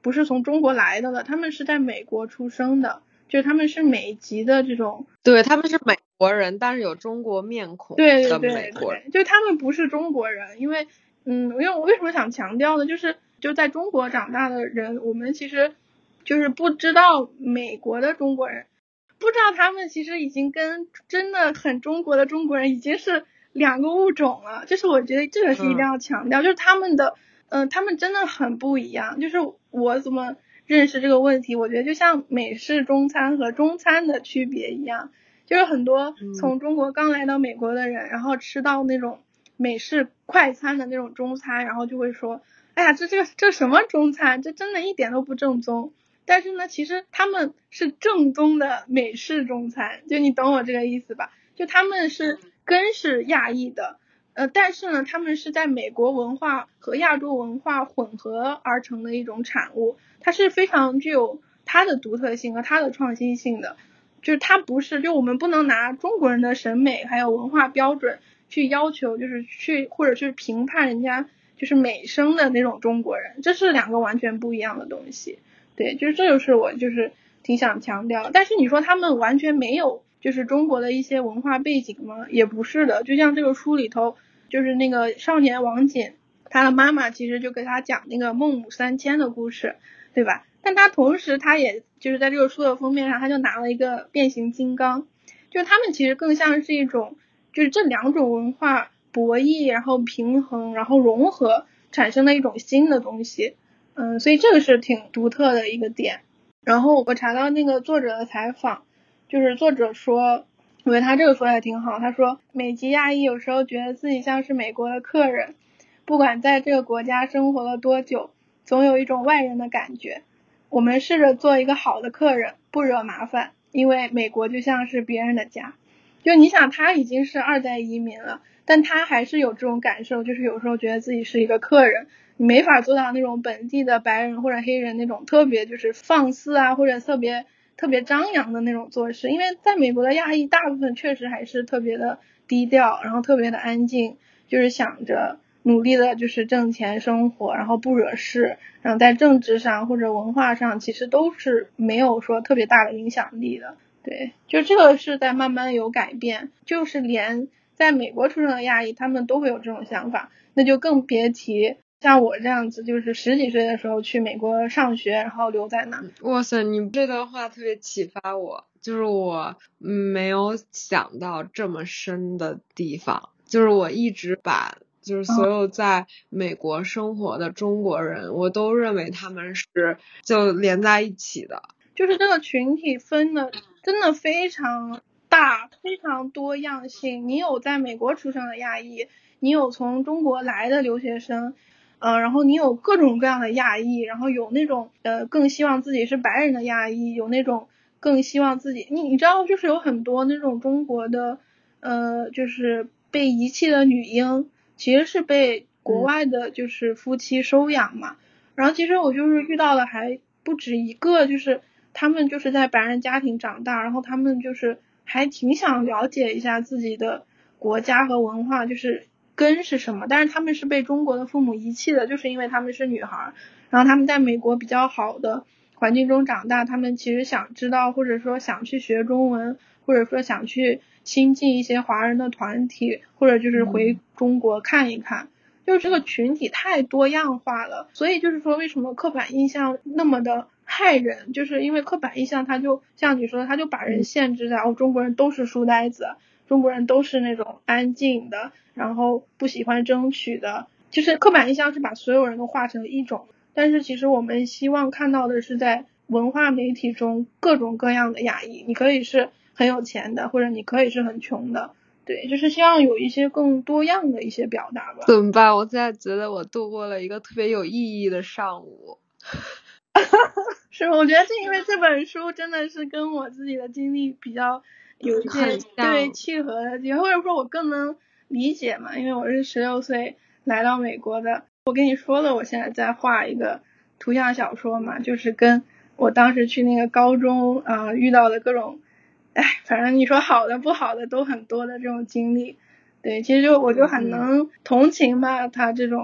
不是从中国来的了，他们是在美国出生的，就是他们是美籍的这种， 对，他们是美国人，但是有中国面孔的对对美国人。 对对，就他们不是中国人，因为嗯，因为我为什么想强调呢？就是就在中国长大的人，我们其实就是不知道美国的中国人，不知道他们其实已经跟真的很中国的中国人已经是两个物种了。就是我觉得这个是一定要强调，嗯、就是他们的嗯、呃，他们真的很不一样。就是我怎么认识这个问题，我觉得就像美式中餐和中餐的区别一样，就是很多从中国刚来到美国的人，嗯、然后吃到那种美式快餐的那种中餐，然后就会说，哎呀，这这个这什么中餐，这真的一点都不正宗。但是呢，其实他们是正宗的美式中餐，就你懂我这个意思吧？就他们是根是亚裔的，呃，但是呢，他们是在美国文化和亚洲文化混合而成的一种产物，它是非常具有它的独特性和它的创新性的。就是它不是，就我们不能拿中国人的审美还有文化标准去要求，就是去或者去评判人家就是美声的那种中国人，这是两个完全不一样的东西。对，就是这就是我就是挺想强调。但是你说他们完全没有就是中国的一些文化背景吗？也不是的。就像这个书里头，就是那个少年王锦，他的妈妈其实就给他讲那个孟母三迁的故事，对吧？但他同时他也就是在这个书的封面上，他就拿了一个变形金刚，就是他们其实更像是一种就是这两种文化博弈，然后平衡，然后融合产生的一种新的东西。嗯，所以这个是挺独特的一个点。然后我查到那个作者的采访，就是作者说，我觉得他这个说的也挺好，他说美籍亚裔有时候觉得自己像是美国的客人，不管在这个国家生活了多久，总有一种外人的感觉。我们试着做一个好的客人，不惹麻烦，因为美国就像是别人的家。就你想他已经是二代移民了，但他还是有这种感受，就是有时候觉得自己是一个客人，你没法做到那种本地的白人或者黑人那种特别就是放肆啊，或者特别特别张扬的那种做事。因为在美国的亚裔大部分确实还是特别的低调，然后特别的安静，就是想着努力的就是挣钱生活，然后不惹事，然后在政治上或者文化上其实都是没有说特别大的影响力的。对，就这个是在慢慢有改变，就是连在美国出生的亚裔他们都会有这种想法，那就更别提像我这样子就是十几岁的时候去美国上学然后留在那。 哇塞，你这段话特别启发我，就是我没有想到这么深的地方，就是我一直把就是所有在美国生活的中国人、嗯、我都认为他们是就连在一起的， 就是这个群体分的真的非常大，非常多样性。你有在美国出生的亚裔，你有从中国来的留学生，呃，然后你有各种各样的亚裔，然后有那种呃更希望自己是白人的亚裔，有那种更希望自己，你你知道就是有很多那种中国的呃就是被遗弃的女婴，其实是被国外的就是夫妻收养嘛。嗯、然后其实我就是遇到了还不止一个，就是他们就是在白人家庭长大，然后他们就是还挺想了解一下自己的国家和文化，就是根是什么，但是他们是被中国的父母遗弃的，就是因为他们是女孩，然后他们在美国比较好的环境中长大，他们其实想知道或者说想去学中文，或者说想去亲近一些华人的团体，或者就是回中国看一看、嗯、就是这个群体太多样化了，所以就是说为什么刻板印象那么的害人，就是因为刻板印象它就像你说的，它就把人限制在哦，中国人都是书呆子，中国人都是那种安静的，然后不喜欢争取的，就是刻板印象是把所有人都画成一种。但是其实我们希望看到的是在文化媒体中各种各样的亚裔，你可以是很有钱的，或者你可以是很穷的，对，就是希望有一些更多样的一些表达吧。 怎么办？我现在觉得我度过了一个特别有意义的上午。 是，我觉得是因为这本书真的是跟我自己的经历比较有一些对契合的地方，或者说我更能理解嘛，因为我是十六岁来到美国的。我跟你说了，我现在在画一个图像小说嘛，就是跟我当时去那个高中啊、呃、遇到的各种，哎，反正你说好的不好的都很多的这种经历。对，其实就我就很能同情吧，他这种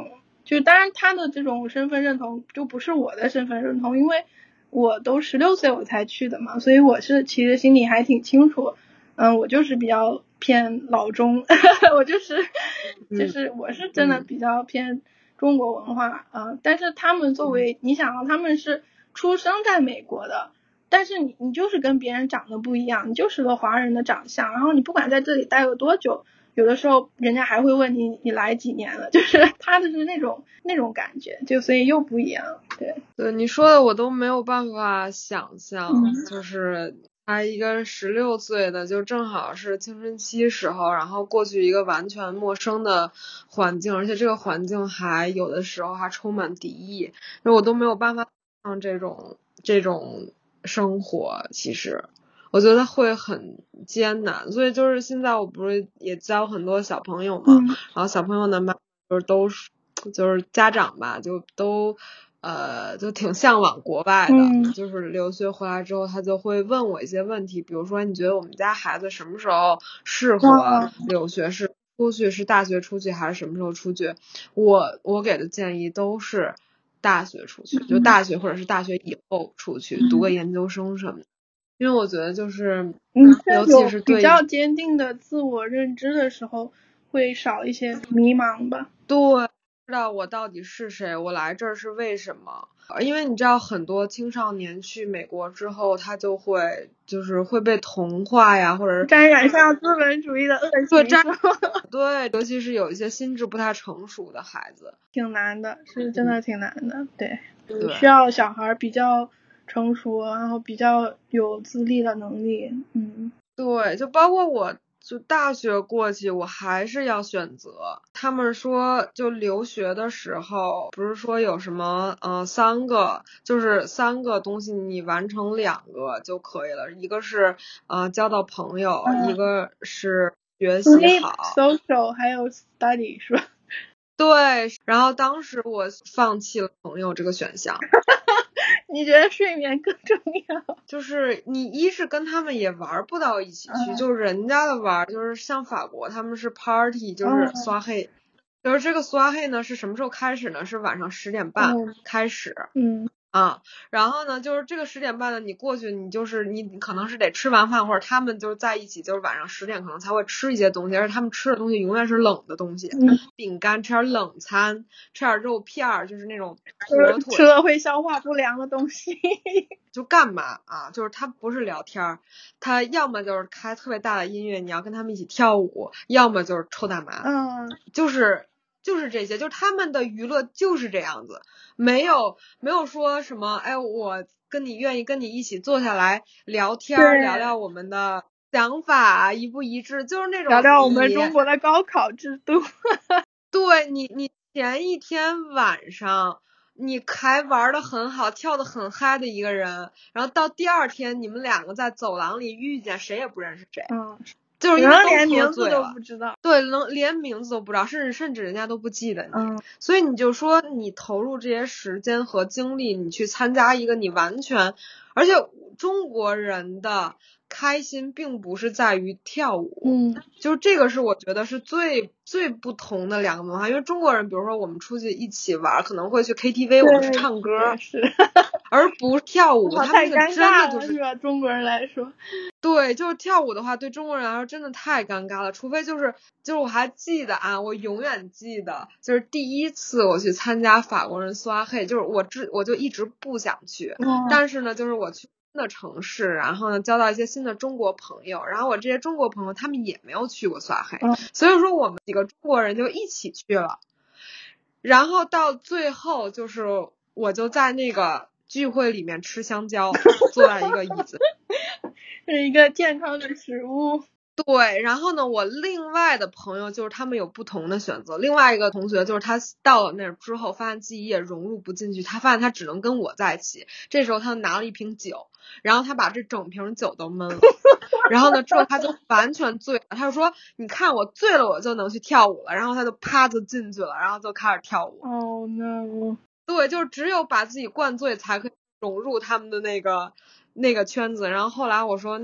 就当然他的这种身份认同就不是我的身份认同，因为我都十六岁我才去的嘛，所以我是其实心里还挺清楚，嗯，我就是比较偏老中，我就是就是我是真的比较偏中国文化啊、呃，但是他们作为你想啊，他们是出生在美国的，但是你你就是跟别人长得不一样，你就是个华人的长相，然后你不管在这里待了多久，有的时候人家还会问你你来几年了，就是他的是那种那种感觉，就所以又不一样。对对，你说的我都没有办法想象， 嗯、 就是他一个十六岁的就正好是青春期时候，然后过去一个完全陌生的环境，而且这个环境还有的时候还充满敌意，我都没有办法想象这种这种生活，其实我觉得会很艰难。所以就是现在我不是也教很多小朋友嘛、 嗯、 然后小朋友的妈就是都是就是家长吧就都呃就挺向往国外的、 嗯、 就是留学回来之后他就会问我一些问题，比如说你觉得我们家孩子什么时候适合留学，是出去是大学出去还是什么时候出去，我我给的建议都是大学出去，就大学或者是大学以后出去、嗯、读个研究生什么的，因为我觉得就是尤其是对比较坚定的自我认知的时候会少一些迷茫吧。 对，知道我到底是谁，我来这儿是为什么。因为你知道很多青少年去美国之后他就会就是会被同化呀，或者沾染上资本主义的恶习， 对，尤其是有一些心智不太成熟的孩子， 挺难的，是真的挺难的、嗯、对, 对， 需要小孩比较成熟，然后比较有自立的能力。嗯， 对，就包括我就大学过去我还是要选择，他们说就留学的时候不是说有什么呃三个就是三个东西你完成两个就可以了，一个是呃交到朋友、嗯、一个是学习好 social 还有 study 是吧？ 对，然后当时我放弃了朋友这个选项你觉得睡眠更重要？ 就是你一是跟他们也玩不到一起去、嗯、就是人家的玩就是像法国他们是 party 就是刷黑、嗯、就是这个刷黑呢是什么时候开始呢，是晚上十点半开始嗯啊，然后呢就是这个十点半呢你过去你就是你可能是得吃完饭或者他们就是在一起就是晚上十点可能才会吃一些东西，而且他们吃的东西永远是冷的东西、嗯、饼干，吃点冷餐，吃点肉片就是那种火腿， 吃了会消化不良的东西就干嘛啊，就是他不是聊天，他要么就是开特别大的音乐你要跟他们一起跳舞，要么就是抽大麻， 嗯， 就是就是这些，就是他们的娱乐就是这样子，没有没有说什么哎我跟你愿意跟你一起坐下来聊天，聊聊我们的想法一不一致，就是那种聊聊我们中国的高考制度对你你前一天晚上你还玩得很好跳得很嗨的一个人，然后到第二天你们两个在走廊里遇见谁也不认识谁， 嗯， 就是因为都连名字都不知道， 对，能连名字都不知道，甚至甚至人家都不记得你、 嗯、 所以你就说你投入这些时间和精力你去参加一个你完全，而且中国人的开心并不是在于跳舞， 嗯， 就是这个是我觉得是最最不同的两个文化，因为中国人比如说我们出去一起玩可能会去 K T V 我们是唱歌是而不是跳舞他们那个真的就是是吧中国人来说， 对，就是跳舞的话对中国人来说真的太尴尬了，除非就是就是我还记得啊，我永远记得就是第一次我去参加法国人刷黑，就是我之我就一直不想去、嗯、但是呢就是我去新的城市，然后呢交到一些新的中国朋友，然后我这些中国朋友他们也没有去过刷黑、嗯、所以说我们几个中国人就一起去了，然后到最后就是我就在那个聚会里面吃香蕉坐在一个椅子是一个健康的食物， 对，然后呢我另外的朋友就是他们有不同的选择，另外一个同学就是他到了那儿之后发现自己也融入不进去，他发现他只能跟我在一起，这时候他拿了一瓶酒，然后他把这整瓶酒都闷了然后呢之后他就完全醉了，他就说你看我醉了我就能去跳舞了，然后他就啪就进去了，然后就开始跳舞。 Oh no， 对，就是只有把自己灌醉才可以融入他们的那个那个圈子，然后后来我说那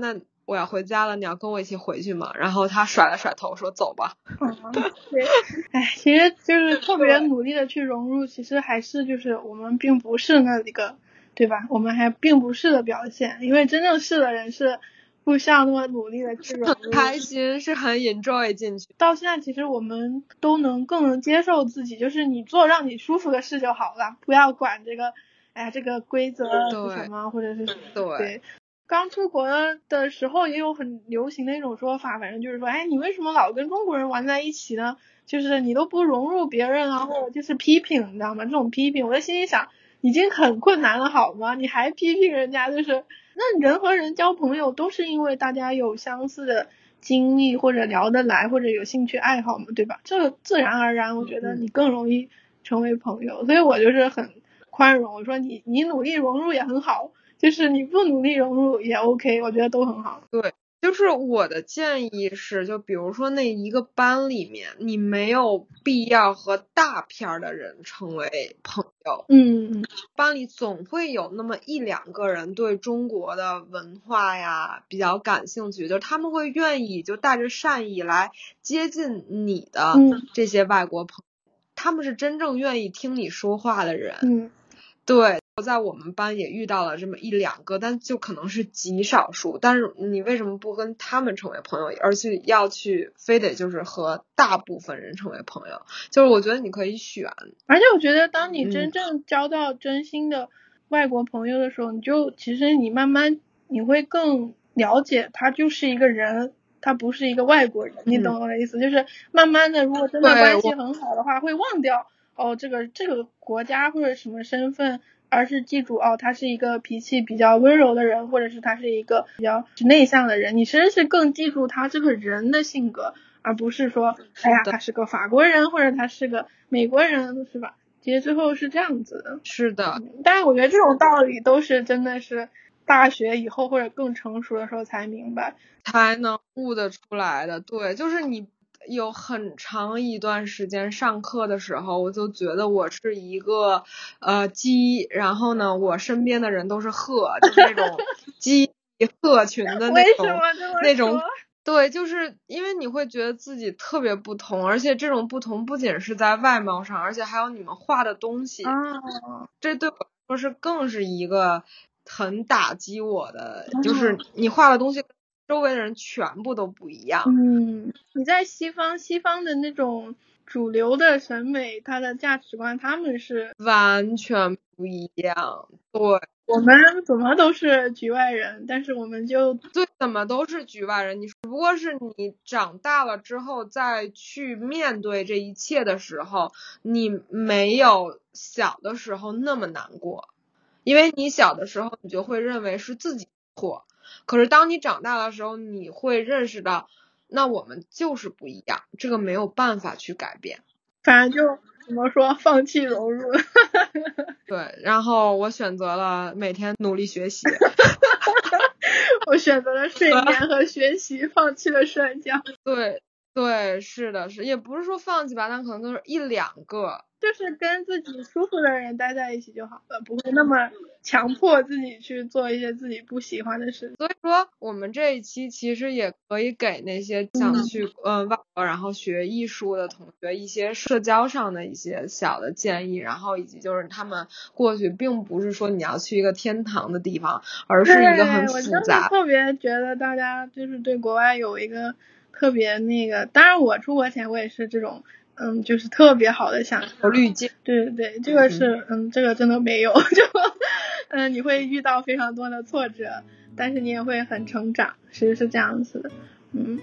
我要回家了，你要跟我一起回去吗？然后他甩了甩头说走吧。 嗯，对，哎，其实就是特别努力的去融入，其实还是就是我们并不是那一个，对吧？我们还并不是的表现，因为真正是的人是不需要那么努力的去融入， 很开心，是很 enjoy 进去。 到现在其实我们都能更能接受自己，就是你做让你舒服的事就好了，不要管这个，哎呀，这个规则是什么，或者是什么。 对。 对，刚出国的时候也有很流行的一种说法，反正就是说，哎，你为什么老跟中国人玩在一起呢？就是你都不融入别人啊，或者就是批评，你知道吗？这种批评，我在心里想，已经很困难了好吗？你还批评人家，就是那人和人交朋友都是因为大家有相似的经历或者聊得来或者有兴趣爱好嘛，对吧？这个自然而然我觉得你更容易成为朋友，所以我就是很宽容，我说你你努力融入也很好，就是你不努力融入也 OK， 我觉得都很好。 对，就是我的建议是，就比如说那一个班里面，你没有必要和大片的人成为朋友。 嗯， 班里总会有那么一两个人对中国的文化呀比较感兴趣，就他们会愿意就带着善意来接近你的这些外国朋友，嗯、他们是真正愿意听你说话的人。 嗯， 对。在我们班也遇到了这么一两个，但就可能是极少数，但是你为什么不跟他们成为朋友，而是要去非得就是和大部分人成为朋友？就是我觉得你可以选， 而且我觉得当你真正交到真心的外国朋友的时候，嗯、你就其实你慢慢你会更了解他就是一个人，他不是一个外国人，你懂我的意思？嗯、就是慢慢的，如果真的关系很好的话，会忘掉哦这个这个国家或者什么身份。而是记住哦，他是一个脾气比较温柔的人，或者是他是一个比较内向的人，你其实是更记住他这个人的性格，而不是说哎呀他是个法国人或者他是个美国人，是吧？其实最后是这样子的。 是的， 嗯、但是我觉得这种道理都是真的是大学以后或者更成熟的时候才明白， 才能悟得出来的。对，就是你有很长一段时间上课的时候，我就觉得我是一个呃鸡，然后呢我身边的人都是鹤，就是那种鸡鹤群的那种那种。对，就是因为你会觉得自己特别不同，而且这种不同不仅是在外貌上，而且还有你们画的东西， 哦、 这对我来说是更是一个很打击我的，哦、就是你画的东西周围的人全部都不一样。 嗯，你在西方，西方的那种主流的审美，它的价值观，他们是完全不一样。对， 我们怎么都是局外人，但是我们就对，怎么都是局外人。你不过是你长大了之后再去面对这一切的时候，你没有小的时候那么难过，因为你小的时候你就会认为是自己错。可是当你长大的时候，你会认识到，那我们就是不一样，这个没有办法去改变。 反正就怎么说，放弃融入。 对，然后我选择了每天努力学习。 我选择了睡眠和学习，放弃了社交。 对对，是的，是，也不是说放弃吧，但可能都是一两个。 就是跟自己舒服的人待在一起就好了，不会那么强迫自己去做一些自己不喜欢的事。 所以说我们这一期其实也可以给那些想去嗯外国然后学艺术的同学一些社交上的一些小的建议，然后以及就是他们过去并不是说你要去一个天堂的地方，而是一个很复杂。 我真的特别觉得大家就是对国外有一个特别那个，当然我出国前我也是这种嗯，就是特别好的想象滤镜。 对对对，这个是嗯, 嗯，这个真的没有，就嗯，你会遇到非常多的挫折，但是你也会很成长，其实是这样子的，嗯。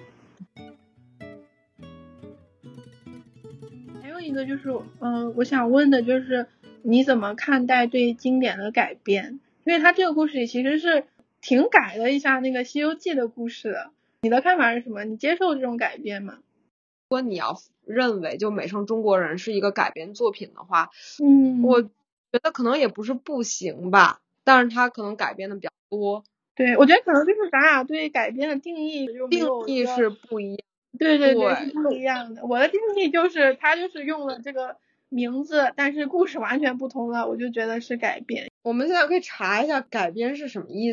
还有一个就是，嗯、呃，我想问的就是你怎么看待对经典的改编？因为它这个故事里其实是挺改了一下那个《西游记》的故事的，你的看法是什么？你接受这种改编吗？ 如果你要认为就《美声中国人》是一个改编作品的话， 嗯， 我觉得可能也不是不行吧，但是它可能改编的比较多。 对，我觉得可能就是咱俩对改编的定义就没有定义是不一样。 对对对，是不一样的。我的定义就是他就是用了这个名字，但是故事完全不同了，我就觉得是改编。 我们现在可以查一下改编是什么意思。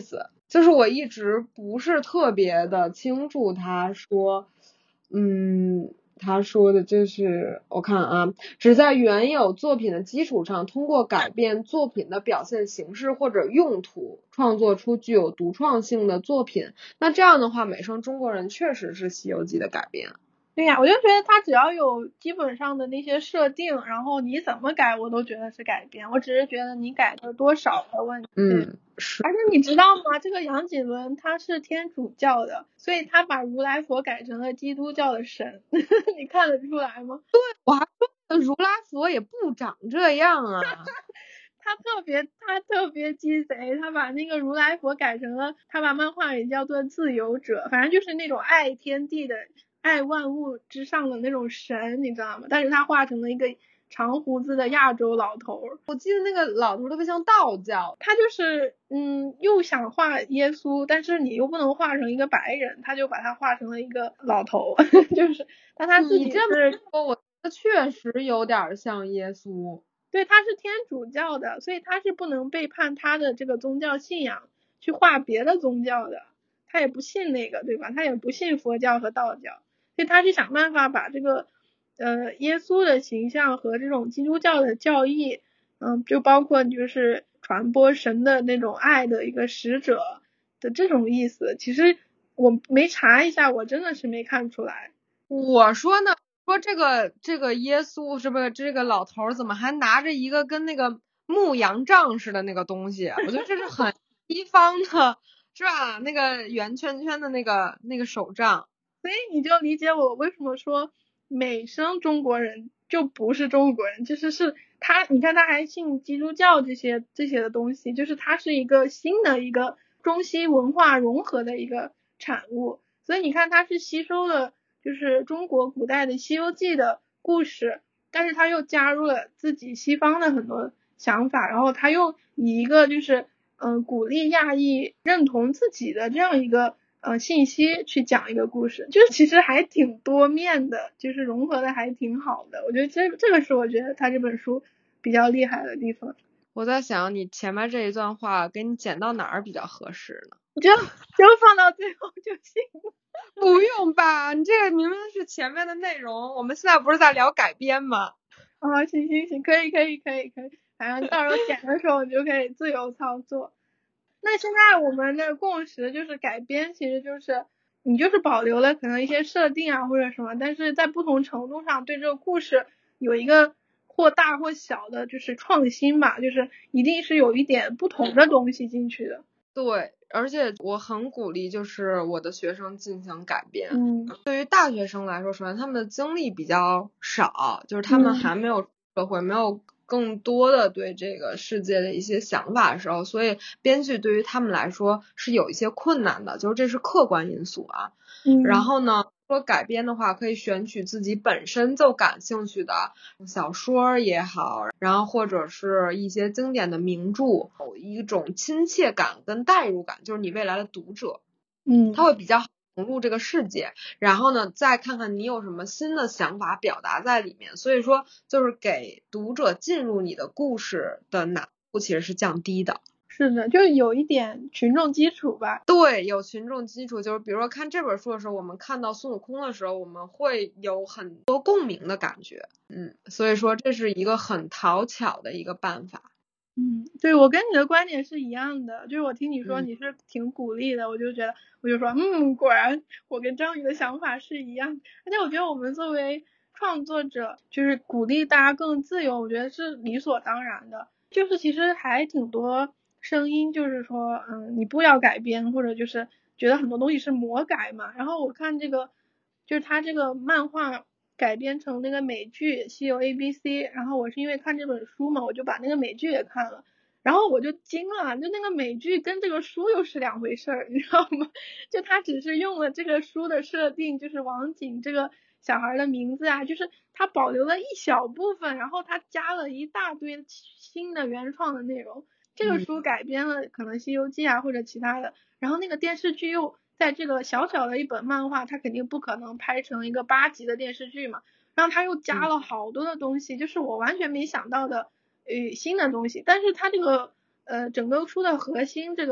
就是我一直不是特别的清楚他说，嗯，他说的就是我看啊，只在原有作品的基础上，通过改变作品的表现形式或者用途，创作出具有独创性的作品。那这样的话，美声中国人确实是《西游记》的改编。 对呀，我就觉得它只要有基本上的那些设定，然后你怎么改，我都觉得是改编。我只是觉得你改的多少的问题。 嗯，是。 而且你知道吗？这个杨锦纶他是天主教的，所以他把如来佛改成了基督教的神，你看得出来吗？ 对，我还说如来佛也不长这样啊。 他特别他特别鸡贼，他把那个如来佛改成了，他把漫画里叫做自由者，反正就是那种爱天地的、爱万物之上的那种神，你知道吗？但是他画成了一个长胡子的亚洲老头。 我记得那个老头特别像道教， 他就是嗯，又想画耶稣，但是你又不能画成一个白人，他就把他画成了一个老头，就是但他自己是， 你这么说，我觉得确实有点像耶稣。 对，他是天主教的，所以他是不能背叛他的这个宗教信仰去画别的宗教的，他也不信那个，对吧？他也不信佛教和道教，所以他是想办法把这个呃耶稣的形象和这种基督教的教义，嗯，就包括就是传播神的那种爱的一个使者的这种意思，其实我没查一下，我真的是没看出来。 我说呢，说这个这个耶稣是不是这个老头怎么还拿着一个跟那个牧羊杖似的那个东西？我觉得这是很西方的，是吧？那个圆圈圈的那个那个手杖。 所以你就理解我为什么说美声中国人就不是中国人，就是是他，你看他还信基督教这些这些的东西，就是他是一个新的一个中西文化融合的一个产物。所以你看他是吸收了就是中国古代的《西游记》的故事，但是他又加入了自己西方的很多想法，然后他又以一个就是嗯、呃、鼓励亚裔认同自己的这样一个呃信息去讲一个故事，就是其实还挺多面的，就是融合的还挺好的。我觉得这这个是我觉得他这本书比较厉害的地方。 我在想你前面这一段话给你剪到哪儿比较合适呢？ 我觉得就放到最后就行了。 不用吧，你这个明明是前面的内容，我们现在不是在聊改编吗？ 啊，行行行，可以可以可以可以，反正到时候剪的时候你就可以自由操作。那现在我们的共识就是改编其实就是你就是保留了可能一些设定啊或者什么，但是在不同程度上对这个故事有一个或大或小的就是创新吧，就是一定是有一点不同的东西进去的。 对，而且我很鼓励就是我的学生进行改编。 嗯， 对于大学生来说，首先他们的经历比较少，就是他们还没有社会、嗯、没有更多的对这个世界的一些想法的时候，所以编剧对于他们来说是有一些困难的，就是这是客观因素啊。 嗯， 然后呢，说改编的话，可以选取自己本身就感兴趣的小说也好，然后或者是一些经典的名著，有一种亲切感跟代入感，就是你未来的读者， 嗯， 他会比较融入这个世界，然后呢，再看看你有什么新的想法表达在里面。所以说，就是给读者进入你的故事的难度其实是降低的。 是的，就有一点群众基础吧。 对，有群众基础，就是比如说看这本书的时候，我们看到孙悟空的时候，我们会有很多共鸣的感觉。嗯，所以说这是一个很讨巧的一个办法。 嗯，对，我跟你的观点是一样的，就是我听你说你是挺鼓励的，嗯、我就觉得，我就说，嗯，果然我跟张宇的想法是一样，而且我觉得我们作为创作者，就是鼓励大家更自由，我觉得是理所当然的。就是其实还挺多声音，就是说，嗯，你不要改编，或者就是觉得很多东西是魔改嘛。然后我看这个，就是他这个漫画改编成那个美剧《西游 A B C》，然后我是因为看这本书嘛，我就把那个美剧也看了，然后我就惊了，就那个美剧跟这个书又是两回事儿，你知道吗？就他只是用了这个书的设定，就是王景这个小孩的名字啊，就是他保留了一小部分，然后他加了一大堆新的原创的内容。这个书改编了可能《西游记》啊或者其他的，然后那个电视剧又在这个小小的一本漫画，它肯定不可能拍成一个八集的电视剧嘛，然后他又加了好多的东西，就是我完全没想到的呃新的东西，但是他这个呃整个书的核心这个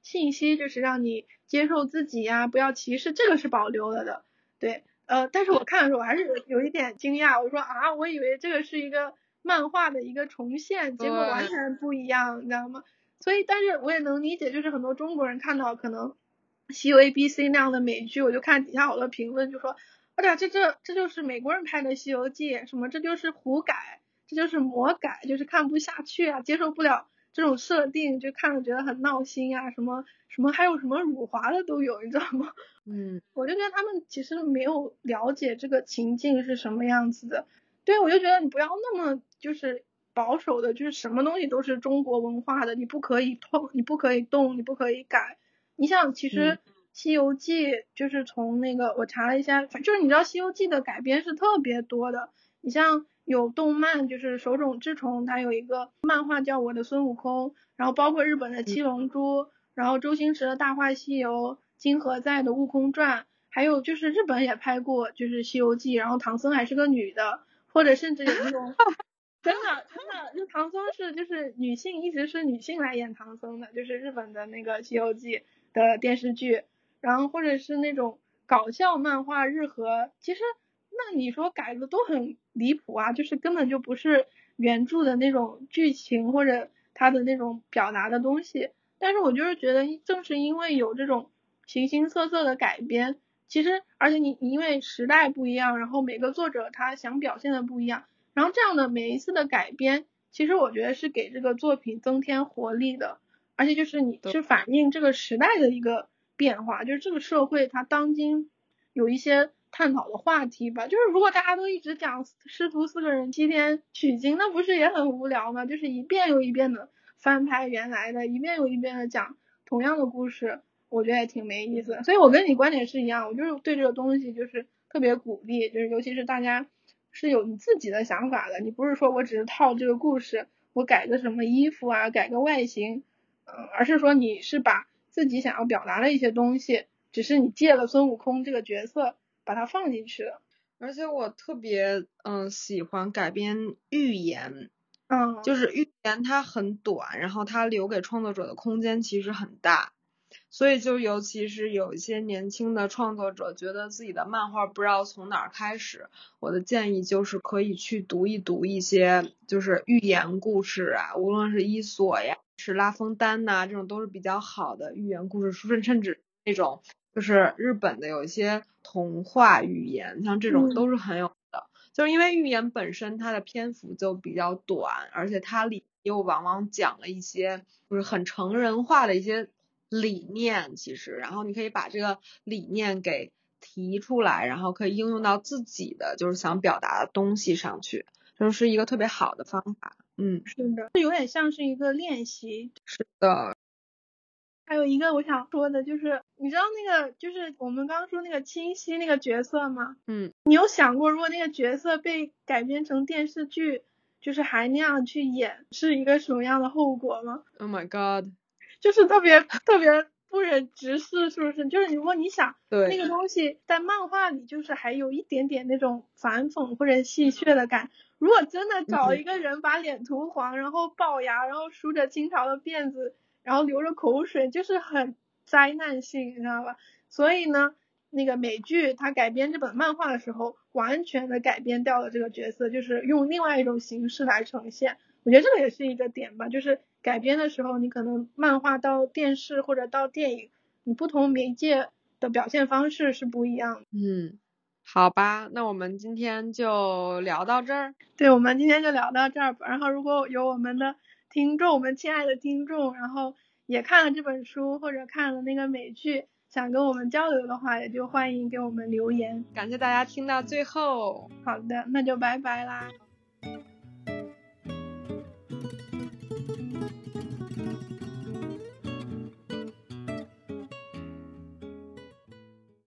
信息，就是让你接受自己呀，不要歧视，这个是保留了的。对，呃，但是我看的时候我还是有有一点惊讶，我说啊，我以为这个是一个漫画的一个重现，结果完全不一样，你知道吗？所以，但是我也能理解，就是很多中国人看到可能西游 A B C 那样的美剧，我就看底下好多评论就说，哎呀，这这这就是美国人拍的西游记，什么这就是胡改，这就是魔改，就是看不下去啊，接受不了这种设定，就看了觉得很闹心啊，什么什么还有什么辱华的都有，你知道吗？ 嗯， 我就觉得他们其实没有了解这个情境是什么样子的。对，我就觉得你不要那么就是保守的，就是什么东西都是中国文化的，你不可以碰，你不可以动，你不可以改。你像其实《西游记》就是从那个我查了一下，就是你知道《西游记》的改编是特别多的。你像有动漫，就是手冢治虫，他有一个漫画叫《我的孙悟空》，然后包括日本的《七龙珠》，然后周星驰的《大话西游》，金河在的《悟空传》，还有就是日本也拍过就是《西游记》，然后唐僧还是个女的，或者甚至有那种真的真的就唐僧是就是女性，一直是女性来演唐僧的，就是日本的那个《西游记》的电视剧，然后或者是那种搞笑漫画日和，其实那你说改的都很离谱啊，就是根本就不是原著的那种剧情或者它的那种表达的东西。但是我就是觉得正是因为有这种形形色色的改编，其实而且你因为时代不一样，然后每个作者他想表现的不一样，然后这样的每一次的改编，其实我觉得是给这个作品增添活力的，而且就是你是反映这个时代的一个变化，就是这个社会它当今有一些探讨的话题吧。就是如果大家都一直讲师徒四个人西天取经，那不是也很无聊吗？就是一遍又一遍的翻拍原来的，一遍又一遍的讲同样的故事，我觉得也挺没意思。所以我跟你观点是一样，我就是对这个东西就是特别鼓励，就是尤其是大家是有你自己的想法的，你不是说我只是套这个故事，我改个什么衣服啊，改个外形，嗯、呃，而是说你是把自己想要表达的一些东西，只是你借了孙悟空这个角色把它放进去了。 而且我特别嗯喜欢改编寓言， 嗯， 就是寓言它很短，然后它留给创作者的空间其实很大，所以就尤其是有一些年轻的创作者觉得自己的漫画不知道从哪儿开始，我的建议就是可以去读一读一些就是寓言故事啊，无论是伊索呀，是拉封丹呐、啊，这种都是比较好的寓言故事书，甚至那种就是日本的有一些童话寓言，像这种都是很有的、嗯、就是因为寓言本身它的篇幅就比较短，而且它里又往往讲了一些就是很成人化的一些理念，其实然后你可以把这个理念给提出来，然后可以应用到自己的就是想表达的东西上去，就是一个特别好的方法。嗯， 是的，有点像是一个练习。 是的。 还有一个我想说的就是，你知道那个就是我们刚刚说那个清溪那个角色吗？ 嗯， 你有想过如果那个角色被改编成电视剧，就是还那样去演，是一个什么样的后果吗？ Oh my god， 就是特别特别不忍直视，是不是？就是如果你想对那个东西在漫画里就是还有一点点那种反讽或者戏谑的感，如果真的找一个人把脸涂黄、嗯、然后龅牙，然后梳着清朝的辫子，然后流着口水，就是很灾难性，你知道吧？所以呢那个美剧它改编这本漫画的时候完全的改编掉了这个角色，就是用另外一种形式来呈现。我觉得这个也是一个点吧，就是改编的时候你可能漫画到电视或者到电影，你不同媒介的表现方式是不一样的。 嗯，好吧，那我们今天就聊到这儿。 对，我们今天就聊到这儿吧。然后如果有我们的听众，我们亲爱的听众，然后也看了这本书或者看了那个美剧，想跟我们交流的话，也就欢迎给我们留言。 感谢大家听到最后。 好的，那就拜拜啦。